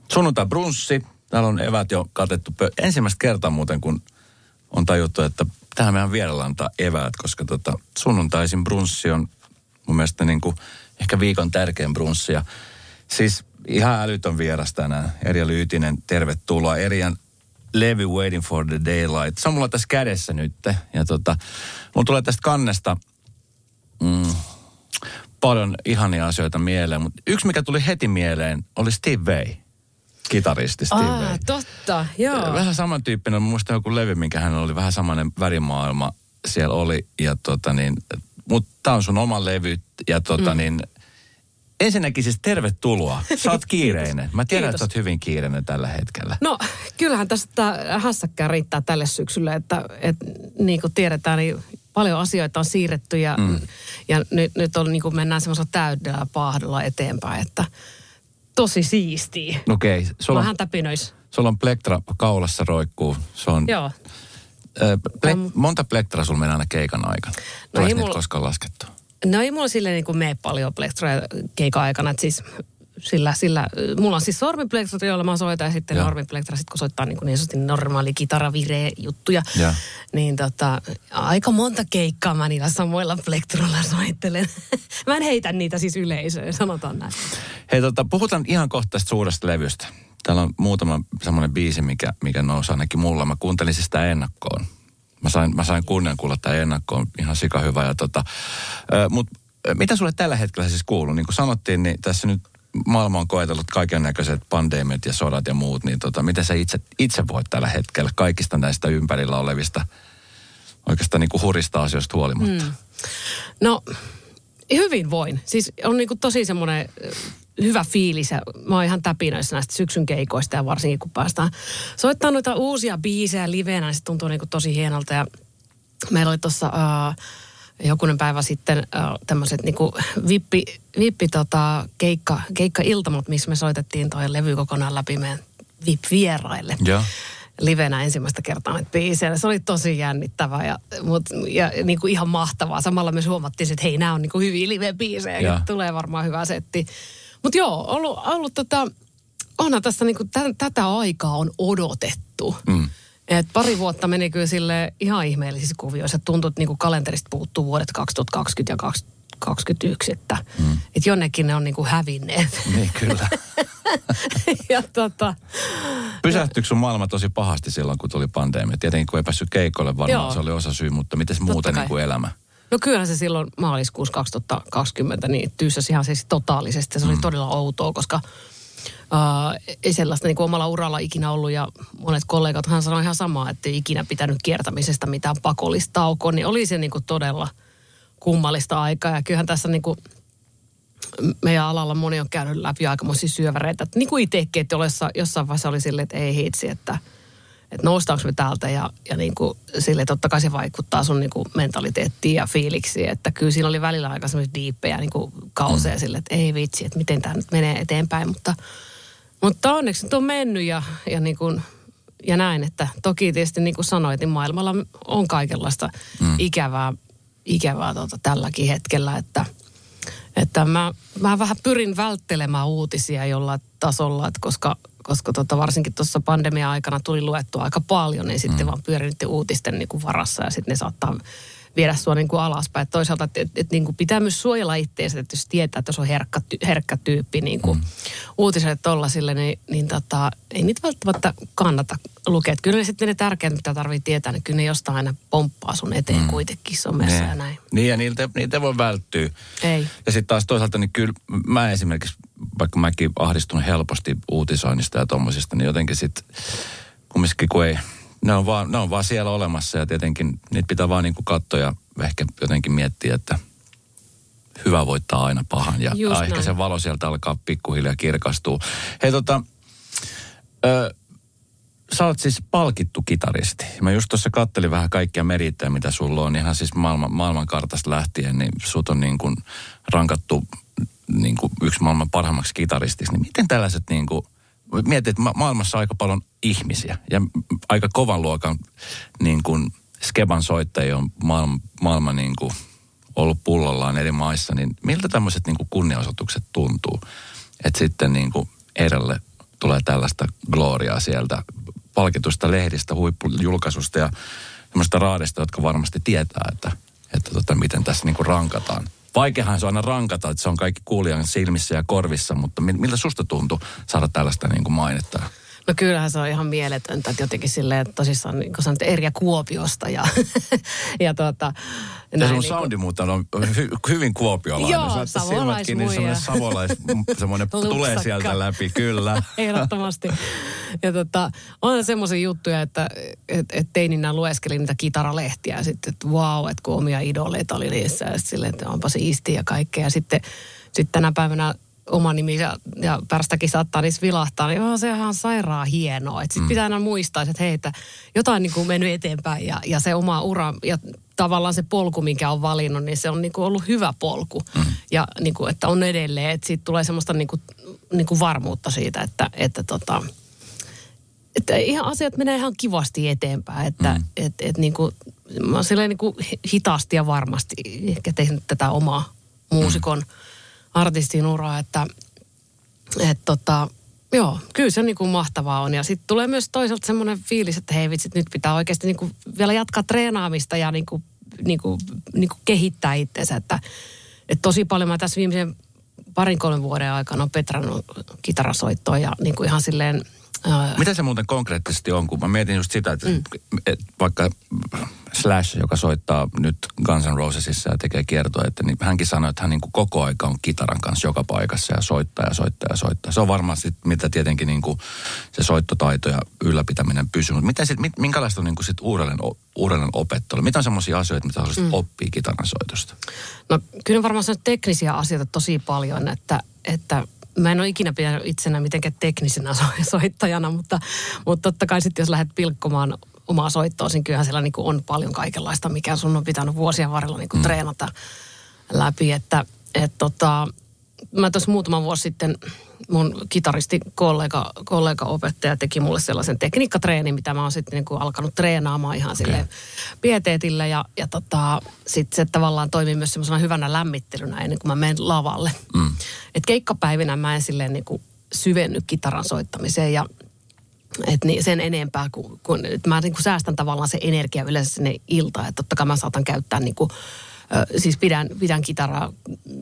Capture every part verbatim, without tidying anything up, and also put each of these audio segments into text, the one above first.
Sunnuntai brunssi. Täällä on eväät jo katettu. Ensimmäistä kertaa muuten, kun on tajuttu, että tähän meidän vierellä antaa eväät, koska tota, sunnuntaisin brunssi on mun mielestä niin kuin ehkä viikon tärkein brunssi. Ja siis ihan älytön vieras tänään. Erja Lyytinen, tervetuloa. Erjan levy Waiting for the Daylight. Se on mulla tässä kädessä nyt. Ja tota, mulla tulee tästä kannesta mm, paljon ihania asioita mieleen. Mutta yksi, mikä tuli heti mieleen, oli Steve Vai. Kitaristi Steve Vai. Ah, totta, joo. Vähän samantyyppinen, muistan joku levy, minkä hän oli, vähän samainen värimaailma siellä oli. Ja tota niin, mutta tää on sun oma levy ja tota mm. niin, ensinnäkin siis tervetuloa. Sä oot kiireinen. Mä tiedän, Kiitos. Että sä oot hyvin kiireinen tällä hetkellä. No, kyllähän tästä hässäkkää riittää tälle syksylle, että, että niin kuin tiedetään, niin paljon asioita on siirretty ja, mm. ja nyt, nyt on, niin kuin mennään semmoisella täydellä paahdolla eteenpäin, että tosi siistiä. Okei. Okay, Mä hän täpinöis. Sulla on plektra kaulassa roikkuu. Se on... Joo. Ple, monta plektraa sulla menee aina keikan aikana? No ei mulla koskaan laskettu? No ei mulla silleen niin kuin mene paljon plektroja keikan aikana, että siis sillä, sillä, mulla on siis sormiplektrat, joilla mä soitan ja sitten normiplektrat, sit kun soittaa niin, niin sanotusti normaali kitaraviree juttuja, ja. Niin tota, aika monta keikkaa mä niillä samoilla plektroilla soittelen. Mä en heitä niitä siis yleisöön, sanotaan näin. Hei tota, puhutaan ihan kohta tästä suuresta levystä. Täällä on muutama semmoinen biisi, mikä, mikä nousi ainakin mulla. Mä kuuntelin siis sitä ennakkoon. Mä sain, mä sain kunnian kuulla tämän ennakkoon. Ihan sika hyvä. Ja tota, mutta mitä sulle tällä hetkellä siis kuuluu? Niin kuin sanottiin, niin tässä nyt maailma on koetellut kaiken näköiset pandemiat ja sodat ja muut. Niin tota, miten sä itse, itse voit tällä hetkellä kaikista näistä ympärillä olevista oikeastaan niin kuin hurista asioista huolimatta? Mm. No, hyvin voin. Siis on niin kuin tosi semmoinen hyvä fiilis ja mä oon ihan täpinöissä näistä syksyn keikoista ja varsinkin kun päästään soittamaan noita uusia biisejä livenä, niin se tuntuu niin kuin tosi hienolta ja meillä oli tuossa uh, jokunen päivä sitten uh, tämmöiset niin kuin vippi, vippi tota, keikka, keikka-iltamat, missä me soitettiin toi levy kokonaan läpi meidän V I P-vieraille. Ja. Livenä ensimmäistä kertaa näitä biisejä. Se oli tosi jännittävää ja, mut, ja niin kuin ihan mahtavaa. Samalla me huomattiin, että hei, nämä on niin kuin hyviä live-biisejä ja tulee varmaan hyvä setti. Mutta joo, ollut, ollut tota, onhan tässä niinku t- tätä aikaa on odotettu. Mm. Et pari vuotta meni kyllä sille ihan ihmeellisissä kuvioissa. Tuntuu, että niinku kalenterista puuttuu vuodet kaksituhattakaksikymmentä ja kaksituhattakaksikymmentäyksi, että mm. et jonnekin ne on niinku hävinneet. Niin, kyllä. ja tota... Pysähtyykö sun maailma tosi pahasti silloin, kun tuli pandemia? Tietenkin kun ei päässyt keikoille varmaan, joo. Se oli osa syy, mutta miten muuten niinku elämä? No kyllähän se silloin maaliskuussa kaksituhattakaksikymmentä niin tyysäsi ihan siis totaalisesti. Se oli mm. todella outoa, koska uh, ei sellaista niin kuin omalla uralla ikinä ollut. Ja monet kollegat hän sanoi ihan samaa, että ei ikinä pitänyt kiertämisestä mitään pakollista taukoa. Niin oli se niin kuin todella kummallista aikaa. Ja kyllähän tässä niin kuin meidän alalla moni on käynyt läpi aikamoisia syöväreitä. Että niin kuin itsekin, että jossain vaiheessa oli silleen, että ei hitsi, että... että noustaanko me täältä ja, ja niin kuin sille totta kai se vaikuttaa sun niin kuin mentaliteettiin ja fiiliksiin. Että kyllä siinä oli välillä aika semmoisia diippejä niin kuin kauseja mm. sille, että ei vitsi, että miten tämä nyt menee eteenpäin. Mutta, mutta onneksi nyt on mennyt ja, ja, niin kuin, ja näin, että toki tietysti niin kuin sanoit, niin maailmalla on kaikenlaista mm. ikävää, ikävää tuota, tälläkin hetkellä. Että, että mä, mä vähän pyrin välttelemään uutisia jollain tasolla, että koska... koska tota, varsinkin tuossa pandemia-aikana tuli luettua aika paljon, niin sitten mm. vaan pyörin uutisten niin kuin varassa ja sitten ne saattaa viedä sua niin kuin alaspäin. Et toisaalta, että et, et, niin kuin pitää myös suojella itseänsä, että jos tietää, että se on herkkä, herkkä tyyppi niin kuin mm. uutiset tollasille, niin, niin tota, ei niitä välttämättä kannata lukea. Et kyllä ne sitten ne tärkeät, mitä tarvitsee tietää, niin kyllä ne jostain aina pomppaa sun eteen mm. kuitenkin somessa ja näin. Niin ja niiltä, niiltä voi välttyä. Ei. Ja sitten taas toisaalta, niin kyllä mä esimerkiksi, vaikka mäkin ahdistun helposti uutisoinnista ja tommosista, niin jotenkin sitten kumminkin kun ei, ne on, vaan, ne on vaan siellä olemassa ja tietenkin niitä pitää vaan niinku katsoa ja ehkä jotenkin miettiä, että hyvä voittaa aina pahan ja Just ehkä näin. Se valo sieltä alkaa pikkuhiljaa kirkastua. Hei tota, ö, sä oot siis palkittu kitaristi. Mä just tuossa kattelin vähän kaikkia merittejä, mitä sulla on. Ihan siis maailman, maailmankartasta lähtien, niin sut on niin kuin rankattu niin kuin yksi maailman parhaimmaksi kitaristiksi. Niin miten tällaiset niin kuin, mietit, että ma- maailmassa on aika paljon ihmisiä ja aika kovan luokan niin kuin skeban soittajia on maailman, maailman niin kuin ollut pullollaan eri maissa. Niin miltä tämmöiset niin kuin kunniaosoitukset tuntuu? Että sitten niin kuin edelle tulee tällaista gloriaa sieltä palkitusta lehdistä, huippujulkaisusta ja semmoista raadista, jotka varmasti tietää, että, että tota, miten tässä niin kuin rankataan. Vaikeahan se on aina rankata, että se on kaikki kuulijan silmissä ja korvissa, mutta miltä susta tuntui saada tällaista niin kuin mainetta? No kyllähän se on ihan mieletöntä, että jotenkin silleen, että tosissaan niin kuin sanot, Erja Kuopiosta ja, ja tuota... Ja sun niin soundi muuten on hy, hyvin kuopiolainen. Joo, savolaismuija. Niin savolais, semmoinen tulee sieltä läpi, kyllä. Ehdottomasti. Ja tota, on semmoisia juttuja, että et, et teininä lueskelin niitä kitaralehtiä ja sitten, että vau, wow, että kun omia idoleita oli niissä ja sitten silleen, että onpa siistiä ja kaikkea. Ja sitten sit tänä päivänä oma nimi ja, ja pärstäkin saattaa niissä vilahtaa, niin oh, sehän on sairaan hienoa. Sitten mm. pitää aina muistaa, että hei, että jotain niin kuin mennyt eteenpäin ja, ja se oma ura ja tavallaan se polku, minkä on valinnut, niin se on niin kuin ollut hyvä polku. Mm. Ja niin kuin, että on edelleen, että siitä tulee semmoista niin kuin, niin kuin varmuutta siitä, että, että, tota, että ihan asiat menee ihan kivasti eteenpäin. Että mm. et, et niin kuin, mä oon silleen niin kuin hitaasti ja varmasti ehkä tehnyt tätä omaa muusikon mm. artistin uraa, että et tota, joo, kyllä se niin kuin mahtavaa on. Ja sitten tulee myös toisaalta semmoinen fiilis, että hei vitsit, nyt pitää oikeasti niin kuin vielä jatkaa treenaamista ja niin kuin, niin kuin, niin kuin kehittää itseensä. Että, että tosi paljon mä tässä viimeisen parin kolmen vuoden aikana on petrannut kitarasoittoa ja niin kuin ihan silleen... Ää... Mitä se muuten konkreettisesti on, kun mä mietin just sitä, että mm. et vaikka Slash, joka soittaa nyt Guns N' Rosesissa ja tekee kiertoa, että niin hänkin sanoi, että hän niin kuin koko aika on kitaran kanssa joka paikassa ja soittaa ja soittaa ja soittaa. Se on varmasti, mitä tietenkin niin kuin se soittotaito ja ylläpitäminen pysyy. Mutta mitä sit, minkälaista on niin kuin sit uudelleen, uudelleen opettelu? Mitä on semmoisia asioita, mitä haluaisit mm. oppia kitaran soitosta? No kyllä varmaan se on teknisiä asioita tosi paljon, että... että mä en ole ikinä pitänyt itsenä mitenkään teknisenä soittajana, mutta, mutta totta kai sitten jos lähdet pilkkomaan omaa soittoa, niin kyllähän siellä niin kuin on paljon kaikenlaista, mikä sun on pitänyt vuosien varrella niin kuin mm. treenata läpi. Että et tota, mä tuossa muutama vuosi sitten mun kitaristi kollega, kollega opettaja teki mulle sellaisen tekniikkatreenin, mitä mä oon sitten niin kuin alkanut treenaamaan ihan okay. silleen pieteetillä. Ja, ja tota, sitten se tavallaan toimii myös semmoisena hyvänä lämmittelynä ennen kuin mä menen lavalle. Mm. Et keikkapäivinä mä en silleen niin kuin syvenny kitaran soittamiseen ja et niin sen enempää, kun, kun mä niin kuin säästän tavallaan se energia yleensä sinne iltaan. Että totta kai mä saatan käyttää niin kuin, siis pidän, pidän kitaraa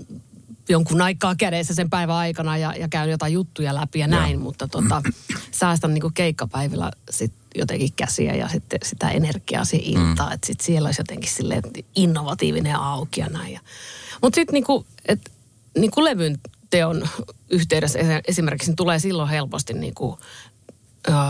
jonkun aikaa kädessä sen päivän aikana ja, ja käyn jotain juttuja läpi ja näin, ja. mutta tota, säästän niinku keikkapäivillä sit jotenkin käsiä ja sitten sitä energiaa siihen iltaan, mm. että sit siellä olisi jotenkin silleen innovatiivinen ja auki ja näin. Mutta sitten niinku, että niinku levyn teon yhteydessä esimerkiksi niin tulee silloin helposti niinku, äh,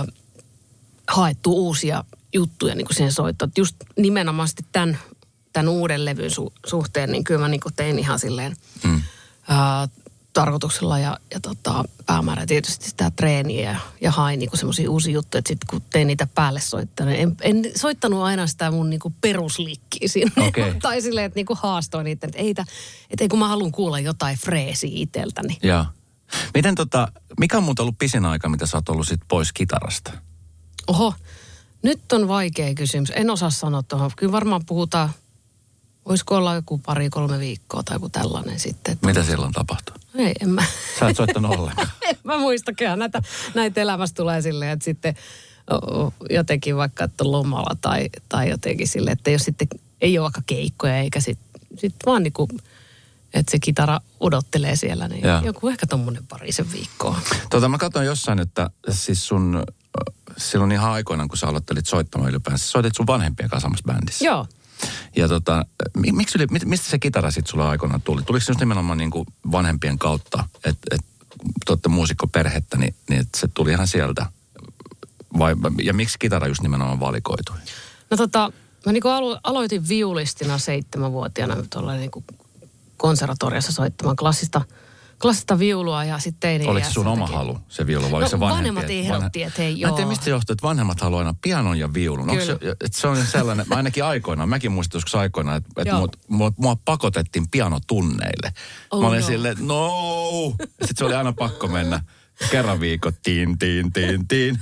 haettu uusia juttuja niinku siihen soittoon. Just nimenomaan tämän, tämän uuden levyn su- suhteen, niin kyllä mä niinku tein ihan silleen mm. Ää, tarkoituksella ja, ja tota, päämäärä tietysti sitä treeniä ja, ja hain niinku semmoisia uusia juttuja, että sitten kun tein niitä päälle soittanut, en, en soittanut aina sitä mun niinku peruslikkiä siinä. Okay. Tai silleen, että niinku haastoin niitä, että ei, että ei kun mä haluan kuulla jotain freesiä itseltäni. Joo. Miten tota, mikä on muuten ollut pisin aika, mitä sä oot ollut sit pois kitarasta? Oho, nyt on vaikea kysymys. En osaa sanoa tuohon. Kyllä varmaan puhutaan... Voisiko olla joku pari, kolme viikkoa tai joku tällainen sitten. Mitä silloin tapahtuu? Ei, en mä. Sä et soittanut ollenkaan. En mä muistakaan. Näitä, näitä elämässä tulee silleen, että sitten jotenkin vaikka, että on lomalla tai, tai jotenkin silleen, että jos sitten ei ole vaikka keikkoja eikä sitten sit vaan niin kuin, että se kitara odottelee siellä, niin ja. joku ehkä tommoinen parisen viikkoa. Tota mä katson jossain, että siis sun, silloin ihan aikoinaan, kun sä aloittelit soittamaan ylipäänsä, soitit sun vanhempien kanssa samassa bändissä. Joo. Ja tota, miksi yli, mistä se kitara sitten sulla aikoinaan tuli? Tuliko se just nimenomaan niin kuin vanhempien kautta, että et, te olette muusikkoperhettä, niin, niin että se tuli ihan sieltä? Vai, ja miksi kitara just nimenomaan valikoitui? No tota, mä niin kuin alo, aloitin viulistina seitsemänvuotiaana tuolla niin kuin konservatoriassa soittamaan klassista, klassista viulua ja sitten tein. Oliko se sun oma halu, se viulu, vai oliko no, se vanhempien? Vanhemmat ehdotti, että hei joo. Mä en tiedä, mistä johtuu, että vanhemmat haluaa aina pianon ja viulun. Onko se, että se on sellainen, mä ainakin aikoinaan, mäkin muistin joskus aikoinaan, että, että mua, mua, mua pakotettiin pianotunneille. Oh, mä olin no. silleen, no. Sitten se oli aina pakko mennä kerran viikon, tiin, tiin, tiin, tiin.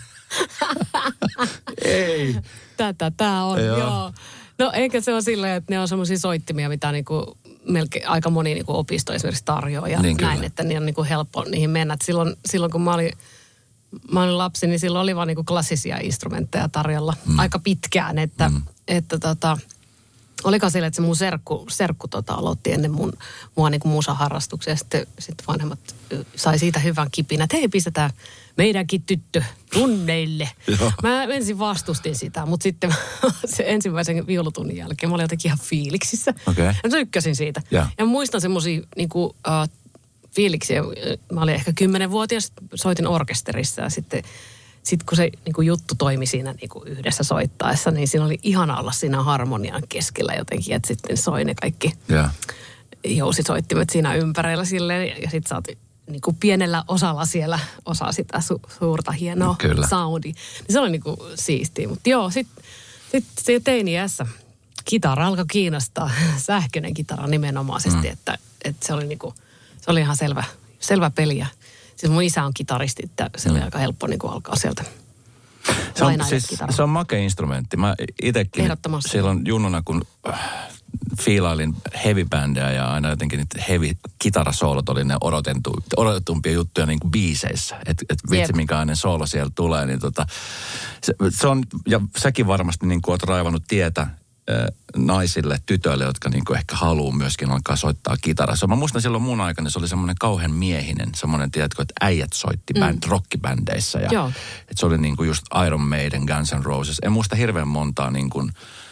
Ei. Tätä tää on, joo. joo. No eikä se ole silleen, että ne on semmoisia soittimia, mitä niinku melkein aika moni niin kuin opisto esimerkiksi tarjoaa ja niin näin, että niin on niin kuin helppo niihin mennä. Et silloin, silloin kun mä olin, mä olin lapsi, niin silloin oli vaan niinku klassisia instrumentteja tarjolla mm. aika pitkään, että, mm. että tota, oliko sille, että se mun serkku, serkku tota, aloitti ennen mun, mua niinku musaharrastuksia ja sitten sit vanhemmat sai siitä hyvän kipinä, että hei, pistetään meidänkin tyttö tunneille. Mä ensin vastustin sitä, mutta sitten se ensimmäisen viulutunnin jälkeen mä olin jotenkin ihan fiiliksissä. Okay. Mä tykkäsin siitä. Yeah. Ja muistan semmosia niinku, uh, fiiliksiä. Mä olin ehkä kymmenvuotias, soitin orkesterissa ja sitten sit kun se niinku, juttu toimi siinä niinku, yhdessä soittaessa, niin siinä oli ihana olla siinä harmonian keskellä jotenkin, että sitten soi ne kaikki yeah. jousisoittimet siinä ympärillä silleen ja sitten sä oot niinku pienellä osalla siellä osaa sitä su- suurta hienoa Kyllä. soundia. Niin se oli niinku siistiä. Mutta joo, sitten sit se teini-iässä kitara alkoi kiinnostaa. Sähköinen kitara nimenomaisesti, mm. että, että se oli niinku, se oli ihan selvä, selvä peli. Ja siis mun isä on kitaristi, että se oli mm. aika helppo niinku alkaa sieltä. Se on, siis, se on makea instrumentti. Mä itekin silloin junnuna, kun fiilailin heavy-bändejä ja aina jotenkin niitä heavy-kitarasoolot oli ne odotentu, odotetumpia juttuja niin kuin biiseissä. Että et vitsi, yep. minkälainen soolo siellä tulee. Niin tota, se, se on, ja säkin varmasti niin kuin oot raivannut tietä äh, naisille, tytöille, jotka niin kuin ehkä haluaa myöskin alkaa soittaa kitaraa. Mä muistan silloin mun aikana, se oli semmoinen kauhean miehinen, semmoinen, tiedätkö, että äijät soitti mm. bänd, rockibändeissä. Ja, että se oli niin kuin just Iron Maiden, Guns N' Roses. En muista hirveän montaa niin kuin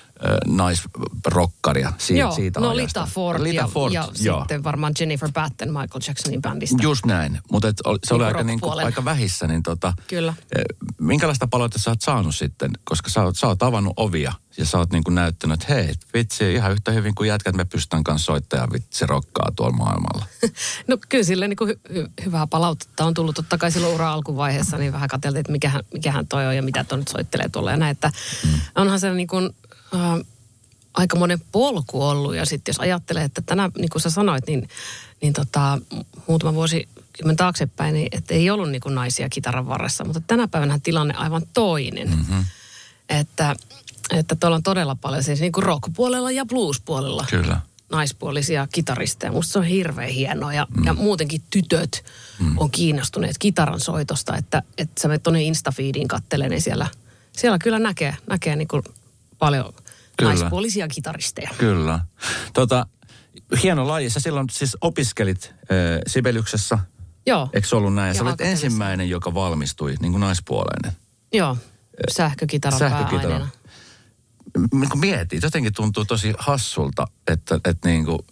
naisrokkaria siitä, joo, siitä no ajasta. Lita Ford, Lita Ford ja, ja sitten varmaan Jennifer Batten Michael Jacksonin bändistä. Just näin, mutta et, se oli aika, niinku, aika vähissä. Niin tota, Kyllä. Minkälaista palautetta sä oot saanut sitten, koska sä oot, sä oot avannut ovia ja sä oot niinku näyttänyt, että hei, vitsi, ihan yhtä hyvin kuin jätkät me pystytään kanssa soittamaan vitsi rokkaa tuolla maailmalla. No kyllä silleen niinku hy- hy- hyvää palautetta on tullut totta kai silloin ura alkuvaiheessa, niin vähän katseltiin, että mikähän, mikähän toi on ja mitä toi nyt soittelee tuolla ja näin, että mm. onhan se niinku Äh, aika monen polku ollut ja sitten jos ajattelee, että tänä, niin kuin sä sanoit, niin, niin tota, muutama vuosikymmen taaksepäin, niin että ei ollut niin kuin naisia kitaran varressa, mutta tänä päivänä tilanne aivan toinen. Mm-hmm. Että, että tuolla on todella paljon siis niin kuin rock-puolella ja blues-puolella Kyllä. naispuolisia kitaristeja. Musta se on hirveän hienoa ja, mm. ja muutenkin tytöt mm. on kiinnostuneet kitaran soitosta, että, että sä menet tuonne Insta-feediin kattelemaan, niin siellä, siellä kyllä näkee, näkee niin kuin paljon Kyllä. naispuolisia kitaristeja. Kyllä. Tota, hieno laji. Sä silloin siis opiskelit äh, Sibeliuksessa. Joo. Eikö se ollut näin? Sä olet ensimmäinen, joka valmistui niin kuin naispuoleinen. Joo. Sähkökitaran pääaineena. Niin kuin mietit, jotenkin tuntuu tosi hassulta, että, että niin kuin,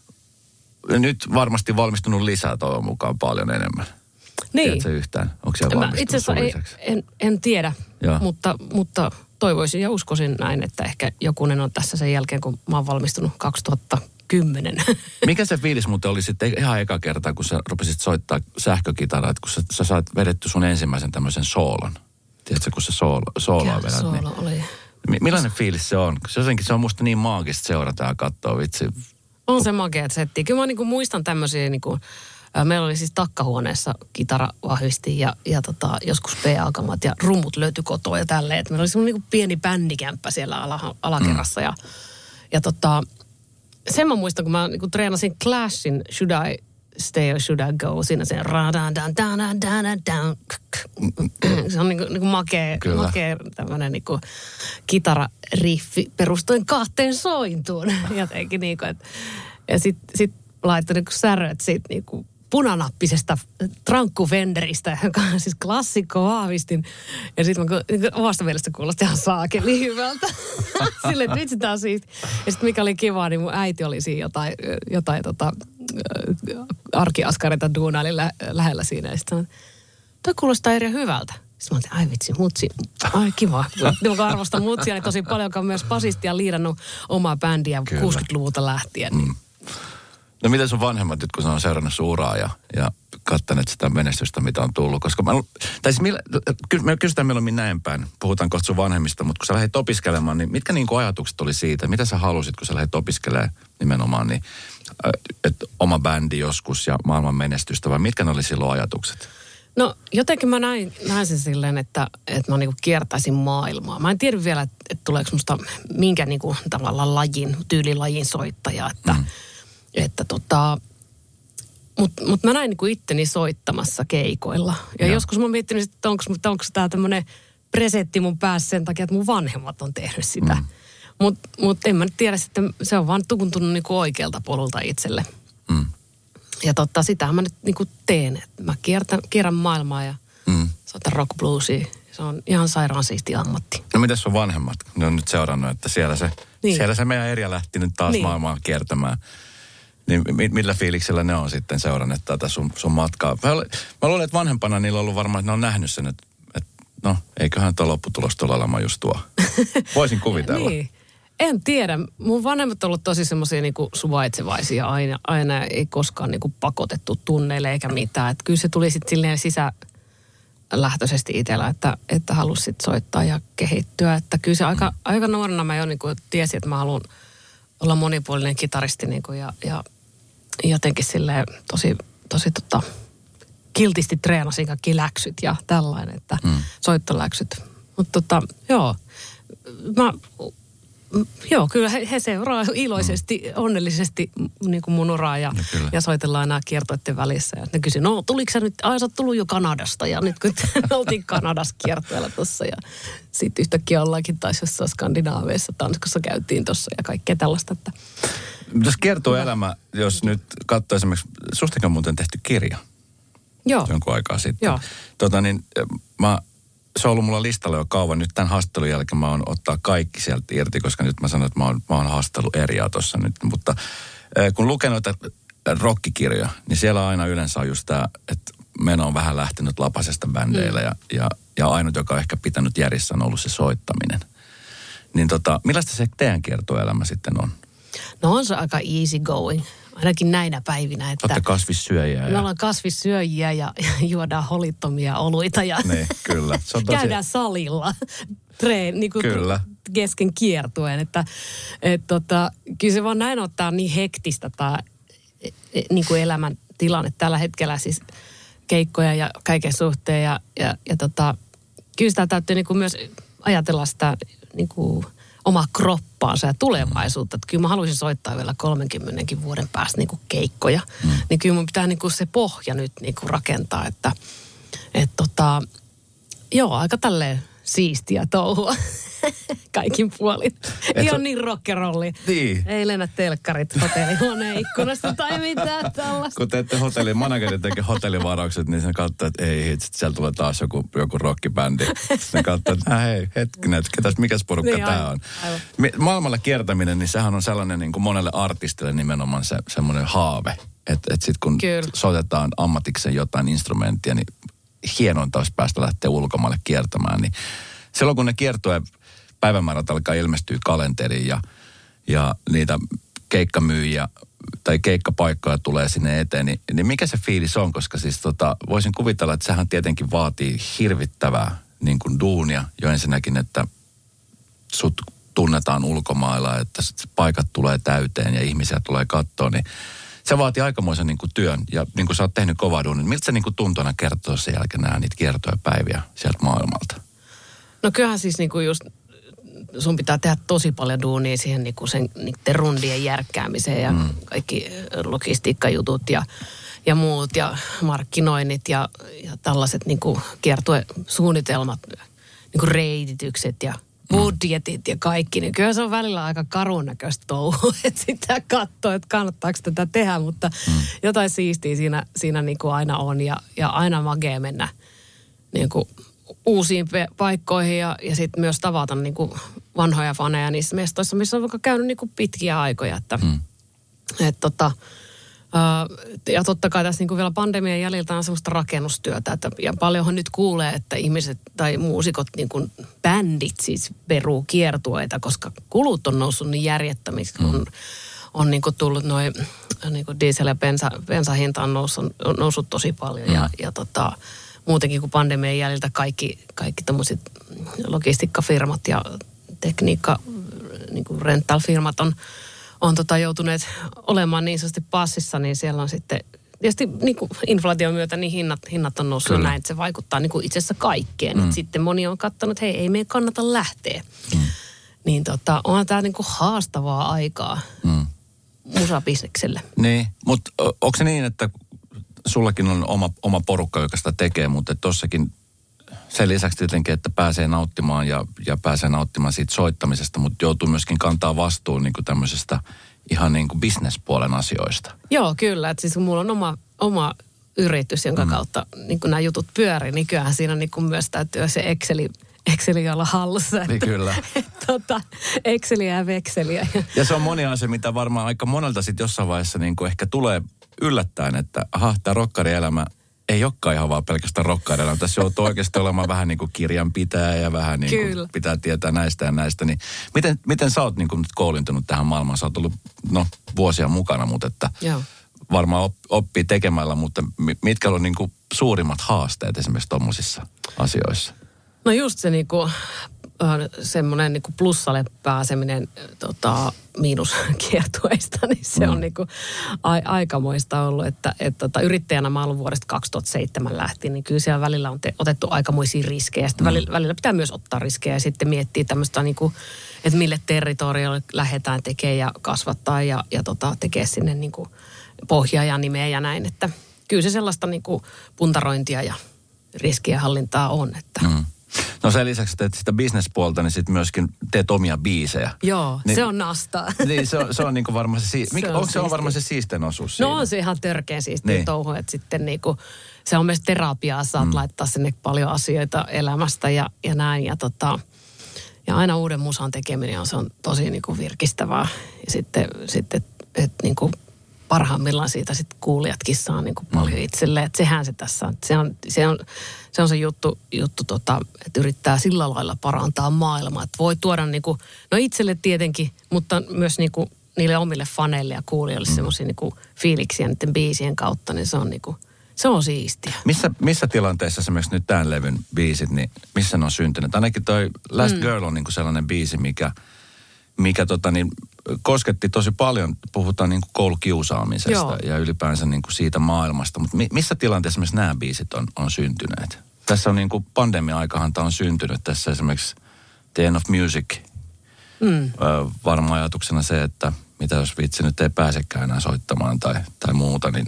nyt varmasti valmistunut lisää toivon mukaan paljon enemmän. Niin. Tiedätkö yhtään? Onko siellä valmistunut itse asiassa ei, en, en tiedä, mutta, mutta toivoisin ja uskoisin näin, että ehkä jokunen on tässä sen jälkeen, kun mä oon valmistunut kaksituhattakymmenen. Mikä se fiilis muuten oli sitten ihan eka kertaa, kun sä rupesit soittaa sähkökitaraa, että kun sä, sä saat vedetty sun ensimmäisen tämmöisen soolon. Tiedätkö, kun sä soolo, sooloa vedät. Soolo niin, oli. Millainen fiilis se on? Se, jotenkin, se on musta niin maagista seurata ja katsoa, vitsi. On se makeat setti. Kyllä mä niinku muistan tämmöisiä, niinku, meillä oli siis takkahuoneessa kitara vahvisti ja, ja tota, joskus P-alkamat ja rummut löytyi kotoa ja tälleen. Et meillä oli semmoinen niinku pieni bändikämppä siellä ala, alakerrassa mm. ja, ja tota, sen mä muistan, kun mä niinku treenasin Clashin Should I Stay or Should I Go, siinä se se on niinku, niinku makea, makea tämmönen niinku kitarariffi perustuen kahteen sointuun jotenkin niinku, et, ja sit, sit laittoi niinku säröt siitä niinku punanappisesta trankkufenderistä, joka on siis klassikko vahvistin. Ja sitten mä niin omasta mielestä kuulosti ihan saakeli hyvältä. Silleen, että vitsi tää on siisti. Ja sitten mikä oli kiva, niin mun äiti oli siinä jotain, jotain tota, arkiaskareita duunailin lä- lähellä siinä. Ja sitten sanoin, toi kuulostaa eri hyvältä. Sitten mä olin, ai vitsi, mutsi, ai kiva. Mä arvostan mutsia niin tosi paljon, joka on myös basisti ja liidannut omaa bändiä Kyllä. kuusikymmentäluvulta lähtien. Niin. Mm. No miten sun vanhemmat nyt, kun sä on seurannut sun uraa ja, ja kattaneet sitä menestystä, mitä on tullut? Koska mä, tai siis millä, me kysytään milloin näin päin, puhutaan kohta sun vanhemmista, mutta kun sä lähdit opiskelemaan, niin mitkä niin kuin ajatukset oli siitä? Mitä sä halusit, kun sä lähdit opiskelemaan nimenomaan, niin että oma bändi joskus ja maailman menestystä, vai mitkä ne oli silloin ajatukset? No jotenkin mä näin, näin sen silleen, että, että mä niinku kiertäisin maailmaa. Mä en tiedä vielä, että, että tuleeko musta minkä niinku tavallaan lajin, tyylilajin soittaja, että mm. Että tota, Mutta mut mä näin niinku itteni soittamassa keikoilla. Ja, ja. joskus mä oon miettinyt, että onko tämä tämmöinen presetti mun päässä sen takia, että mun vanhemmat on tehnyt sitä. Mm. Mutta mut en mä nyt tiedä, että se on vaan tuntunut niinku oikealta polulta itselle. Mm. Ja totta, sitähän mä nyt niinku teen. Että mä kiertän, kierrän maailmaa ja mm. soitan rock bluesia. Se on ihan sairaan siisti ammatti. No mitäs sun vanhemmat? Ne on nyt seurannut, että siellä se, niin. siellä se meidän Erja lähti nyt taas niin. maailmaa kiertämään. Niin millä fiiliksellä ne on sitten seuranneet tätä sun, sun matkaa? Mä, mä luulen, että vanhempana niillä on ollut varmaan, että ne on nähnyt sen, että, että no, eiköhän tuo lopputulos tuolla olemaan just tuo. Voisin kuvitella. Niin. En tiedä. Mun vanhemmat on ollut tosi semmoisia niinku suvaitsevaisia aina. Aina ei koskaan niinku pakotettu tunneille eikä mitään. Et kyllä se tuli sitten silleen sisälähtöisesti itsellä, että, että halusi sit soittaa ja kehittyä. Että kyllä se aika, aika nuorena mä jo niinku tiesin, että mä haluan olla monipuolinen kitaristi niinku ja, ja jotenkin silleen tosi, tosi tota, kiltisti treenasin kaikki läksyt ja tällainen, että mm. soittoläksyt. Mutta tota, joo, mä... Joo, kyllä he, he seuraa iloisesti, mm. onnellisesti niin kuin mun uraa ja, ja soitellaan nämä kiertoiden välissä. Ja ne kysyi, no tuliko sä nyt, ai sä oot tullut jo Kanadasta ja nyt kun oltiin Kanadassa kiertoilla tuossa ja sitten yhtäkkiä ollaankin taas jossain Skandinaaviassa, Tanskassa käytiin tuossa ja kaikkea tällaista. Että... Jos kiertoo elämä, jos nyt katsoo esimerkiksi, sustakin on muuten tehty kirja. Joo. Jonkun aikaa sitten. Joo. Tota niin, mä... Se on ollut mulla listalla jo kauan. Nyt tämän haastattelun jälkeen mä oon ottaa kaikki sieltä irti, koska nyt mä sanon, että mä oon, mä oon haastellut Erjaa tuossa nyt. Mutta äh, kun lukee noita rockikirjoja, niin siellä aina yleensä on just tämä, että meno on vähän lähtenyt lapasesta bändeillä mm. ja, ja, ja ainut, joka on ehkä pitänyt järjissä, on ollut se soittaminen. Niin tota, millaista se teidän kiertoelämä sitten on? No on se aika easy going. Ainakin näinä päivinä. Että olette kasvissyöjiä. Me ollaan kasvissyöjiä ja, ja juodaan holittomia oluita ja niin, kyllä. Se on tosi... käydään salilla treen, niin kuin kyllä. kesken kiertueen. Että, et, tota, kyllä se vaan näin ottaa niin hektistä tämä niin kuin elämän tilanne tällä hetkellä siis keikkoja ja kaiken suhteen. Ja, ja, ja tota, kyllä sitä täytyy niin kuin myös ajatella sitä niin kuin omaa kroppaansa ja tulevaisuutta. Että kyllä mä haluaisin soittaa vielä kolmenkymmenenkin vuoden päästä niin kuin keikkoja. Mm. Niin kyllä mun pitää niin kuin se pohja nyt niin kuin rakentaa, että et tota, joo, aika tälleen siistiä touhua kaikin puolin. Ei ole niin rockerolli. Niin. Ei lennä telkkarit hotellihuoneen ikkunasta tai mitään tällaista. Kun teette hotellin, manageri tekee hotellivaraukset, niin sen kautta, että ei hitsi, siellä tulee taas joku, joku rockibändi. Sen kautta, että hei, hetkinen, että ketäs, mikäs porukka niin, tämä on. Aivan. Maailmalla kiertäminen, niin sehän on sellainen niin kuin monelle artistille nimenomaan se, semmoinen haave. Että et sitten kun Kyllä. soitetaan ammatikseen jotain instrumenttia, niin hienointa olisi päästä lähteä ulkomaille kiertämään. Niin silloin kun ne kiertojen päivämäärät alkaa ilmestyä kalenteriin ja, ja niitä keikkamyyjiä tai keikkapaikkoja tulee sinne eteen, niin, niin mikä se fiilis on? Koska siis tota, voisin kuvitella, että sehän tietenkin vaatii hirvittävää niin kuin duunia jo ensinnäkin, että sut tunnetaan ulkomailla, että paikat tulee täyteen ja ihmisiä tulee katsoa, niin se vaatii aikamoisen niin kuin työn. Ja niin kuin sä oot tehnyt kovaa duunia, miltä se niin kuin tuntui aina kertoa sen jälkeen nämä niitä kiertoja päiviä sieltä maailmalta? No kyllähän siis niin kuin just sun pitää tehdä tosi paljon duunia siihen niin kuin sen niiden rundien järkkäämiseen ja mm. kaikki logistiikkajutut ja, ja muut ja markkinoinnit ja, ja tällaiset niin kuin kiertuesuunnitelmat, niin kuin reititykset ja budjetit ja kaikki, niin kyllä se on välillä aika karun näköistä touhua, että sitä katsoo, että kannattaako tätä tehdä, mutta mm. jotain siistiä siinä, siinä niin kuin aina on ja, ja aina magee mennä niin kuin uusiin pe- paikkoihin ja, ja sitten myös tavata niin kuin vanhoja faneja niissä mestoissa, missä on vaikka käynyt niin kuin pitkiä aikoja, että mm. et tota, ja totta kai tässä niin kuin vielä pandemian jäljiltä on sellaista rakennustyötä, että, ja paljonhan nyt kuulee, että ihmiset tai muusikot, niin kuin bändit siis peruu kiertueita, koska kulut on noussut niin järjettömiksi, kun on, on niin kuin tullut noin niin kuin diesel- ja bensa, bensahinta on noussut, on noussut tosi paljon ja, ja tota, muutenkin kuin pandemian jäljiltä kaikki, kaikki tämmöiset logistiikkafirmat ja tekniikka, niin kuin rental-firmat on on tota joutuneet olemaan niin sanotusti passissa, niin siellä on sitten, tietysti niin kuin inflaation myötä niin hinnat, hinnat on noussut näin, että se vaikuttaa niin kuin itse asiassa kaikkeen. Mm. Sitten moni on katsonut, että hei, ei meidän kannata lähteä. Mm. Niin tota, onhan tämä niin kuin haastavaa aikaa mm. musabisnekselle. Niin, mutta onko se niin, että sullakin on oma, oma porukka, joka sitä tekee, mutta tossakin sen lisäksi tietenkin, että pääsee nauttimaan ja, ja pääsee nauttimaan siitä soittamisesta, mutta joutuu myöskin kantaa vastuun niin kuin tämmöisestä ihan niin kuin business-puolen asioista. Joo, kyllä. Että siis kun mulla on oma, oma yritys, jonka mm. kautta niin kun nämä jutut pyörii, niin kyllähän siinä niin kun myös täytyy se Exceli, Exceli olla hallussa. Että, niin kyllä. tota, Exceliä ja vekseliä. Ja se on moni asia, mitä varmaan aika monelta sitten jossain vaiheessa niin kuin ehkä tulee yllättäen, että aha, tämä rokkarielämä ei olekaan ihan vaan pelkästään rokkarielämä. Tässä joutuu oikeasti olemaan vähän niin kuin kirjanpitäjä ja vähän niin kuin pitää tietää näistä ja näistä. Niin miten, miten sä oot niin kuin nyt koulintunut tähän maailmaan? Sä oot ollut no, vuosia mukana, mutta että Joo. varmaan oppii tekemällä, mutta mitkä on niin kuin suurimmat haasteet esimerkiksi tommosissa asioissa? No just se niinku, semmoinen niinku plussalle pääseminen tota, miinuskiertueista, niin se mm. on niinku a, aikamoista ollut, että et, tota, yrittäjänä mä ollut vuodesta kaksituhattaseitsemän lähtien, niin kyllä siellä välillä on te, otettu aikamoisia riskejä. Sitten mm. välillä, välillä pitää myös ottaa riskejä ja sitten miettiä tämmöistä niinku, että mille territoriolle lähdetään tekemään ja kasvattaa ja, ja tota, tekee sinne niinku pohjaa ja nimeä ja näin, että kyllä se sellaista niinku puntarointia ja riskien hallintaa on, että mm. No sen lisäksi, että teet sitä bisnespuolta, niin sitten myöskin teet omia biisejä. Joo, niin, se on nastaa. Niin, se on, se on niinku varmaan se, si- se, Mikä, on onko se on varmaan se siisten osuus No siinä? on se ihan törkeä siistiä niin. touhu, että sitten niinku, se on myös terapiaa, saat mm. laittaa sinne paljon asioita elämästä ja, ja näin. Ja, tota, ja aina uuden musan tekeminen on, se on tosi niinku virkistävää. Ja sitten, sitten että niinku parhaimmillaan siitä sitten kuulijatkin saa niinku paljon mm. itselleen. Että sehän se tässä on. Se on se, on, se, on se juttu, juttu tota, että yrittää sillä lailla parantaa maailmaa. Että voi tuoda niinku, no itselle tietenkin, mutta myös niinku niille omille faneille ja kuulijoille mm. semmoisia niinku fiiliksiä niiden biisien kautta, niin se on niinku, se on siistiä. Missä, missä tilanteessa esimerkiksi nyt tämän levyn biisit, niin missä ne on syntynyt? Ainakin toi Last mm. Girl on niinku sellainen biisi, mikä, mikä tota niin, kosketti tosi paljon, puhutaan niinku koulukiusaamisesta Joo. ja ylipäänsä niinku siitä maailmasta. Mutta mi, missä tilanteessa esimerkiksi nämä biisit on, on syntyneet? Tässä on niinku pandemia-aikahan tämä on syntynyt. Tässä esimerkiksi The End of Music. Mm. Ö, varmaan ajatuksena se, että mitä jos vitsi nyt ei pääsekään enää soittamaan tai, tai muuta, niin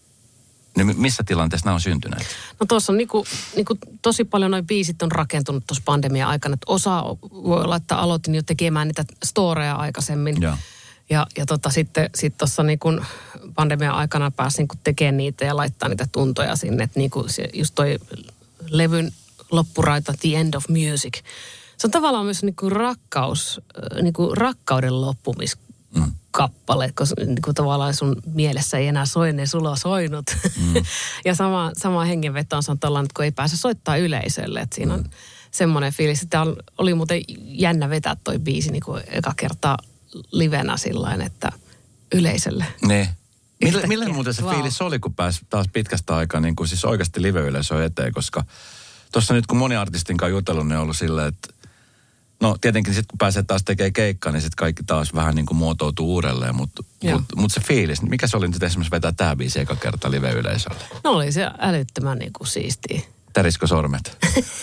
Niin missä tilanteessa nämä on syntyneet? No tuossa on niinku, niinku tosi paljon noin biisit on rakentunut tuossa pandemian aikana. Että osa voi olla, että aloitin jo tekemään niitä storeja aikaisemmin. Ja, ja, ja tota, sitten sit tuossa niinku pandemian aikana pääsin niinku tekemään niitä ja laittaa niitä tuntoja sinne. Että niinku se, just toi levyn loppuraita The End of Music. Se on tavallaan myös niinku rakkaus, niinku rakkauden loppumis. Mm. kappale, koska niin kuin tavallaan sun mielessä ei enää soi, ne sulla on soinut. Mm. Ja sama, sama hengenveto on tällainen, että kun ei pääse soittaa yleisölle. Että siinä on mm. semmoinen fiilis. Sitä oli muuten jännä vetää toi biisi niin kuin eka kertaa livenä sillain, että yleisölle. Niin. Millä, millä muuten se wow. fiilis oli, kun pääsi taas pitkästä aikaa niin kuin siis oikeasti live-yleisöön eteen, koska tuossa nyt kun moni artistin kanssa jutellut, niin on ollut silleen, että no tietenkin sitten kun pääsee taas tekemään keikkaa, niin sitten kaikki taas vähän niin kuin muotoutuu uudelleen, mutta mut, mut se fiilis, mikä se oli nyt esimerkiksi vetää tämä biisi eka kerta live-yleisölle? No oli se älyttömän niin kuin siistiä. Täriskö sormet?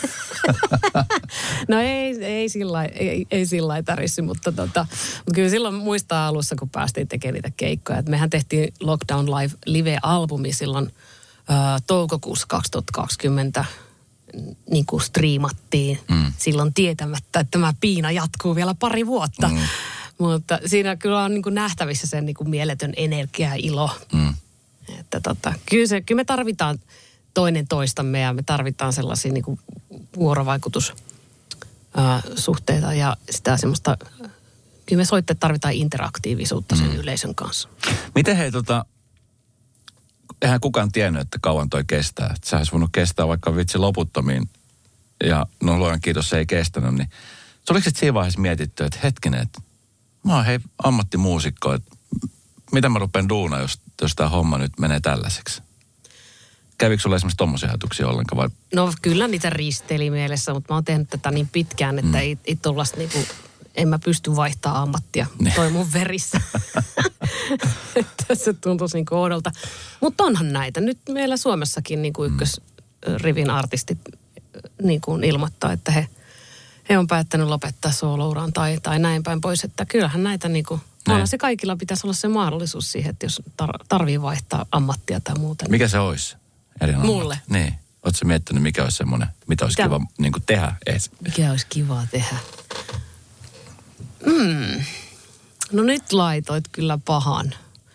No ei, ei sillä ei, ei sillä tärissy, mutta, tota, mutta kyllä silloin muistaa alussa, kun päästiin tekemään niitä keikkoja. Et mehän tehtiin Lockdown Live live-albumi silloin ä, toukokuussa kaksituhattakaksikymmentä. Niin kuin striimattiin mm. silloin tietämättä, että tämä piina jatkuu vielä pari vuotta. Mm. Mutta siinä kyllä on niin kuin nähtävissä sen niin kuin mieletön energia ja ilo. Mm. Että tota, kyllä, se, kyllä me tarvitaan toinen toistamme ja me tarvitaan sellaisia niin kuin vuorovaikutussuhteita ja sitä semmoista, kyllä me soittajat tarvitaan interaktiivisuutta sen mm. yleisön kanssa. Miten hei tota, eihän kukaan tiennyt, että kauan toi kestää. Että sä olisi voinut kestää vaikka vitsi loputtomiin ja no luojan kiitos se ei kestänyt, niin se oliko sitten siinä vaiheessa mietitty, että hetkinen, että mä oon hei ammattimuusikko, että mitä mä rupean duunaan, jos, jos tämä homma nyt menee tällaiseksi? Kävikö sulla esimerkiksi tommosia ajatuksia ollenkaan vai? No kyllä niitä risteili mielessä, mutta mä oon tehnyt tätä niin pitkään, että mm. ei, ei tollaista niinku, en mä pysty vaihtamaan ammattia toi mun verissä. Että se tuntuisi niinku oudolta. Mutta onhan näitä. Nyt meillä Suomessakin niinku ykkösrivin artistit niinku ilmoittaa, että he, he on päättänyt lopettaa soolouran tai, tai näin päin pois. Että kyllähän näitä niinku Onhan se kaikilla pitäisi olla se mahdollisuus siihen, että jos tar- tarvii vaihtaa ammattia tai muuta. Mikä se olisi? Erinomainen. Mulle? Niin. Oletko miettinyt, mikä olisi semmoinen, mitä olisi Mitä? kiva niin kuin tehdä edes? Mikä olisi kivaa tehdä? Mm. No nyt laitoit kyllä pahan.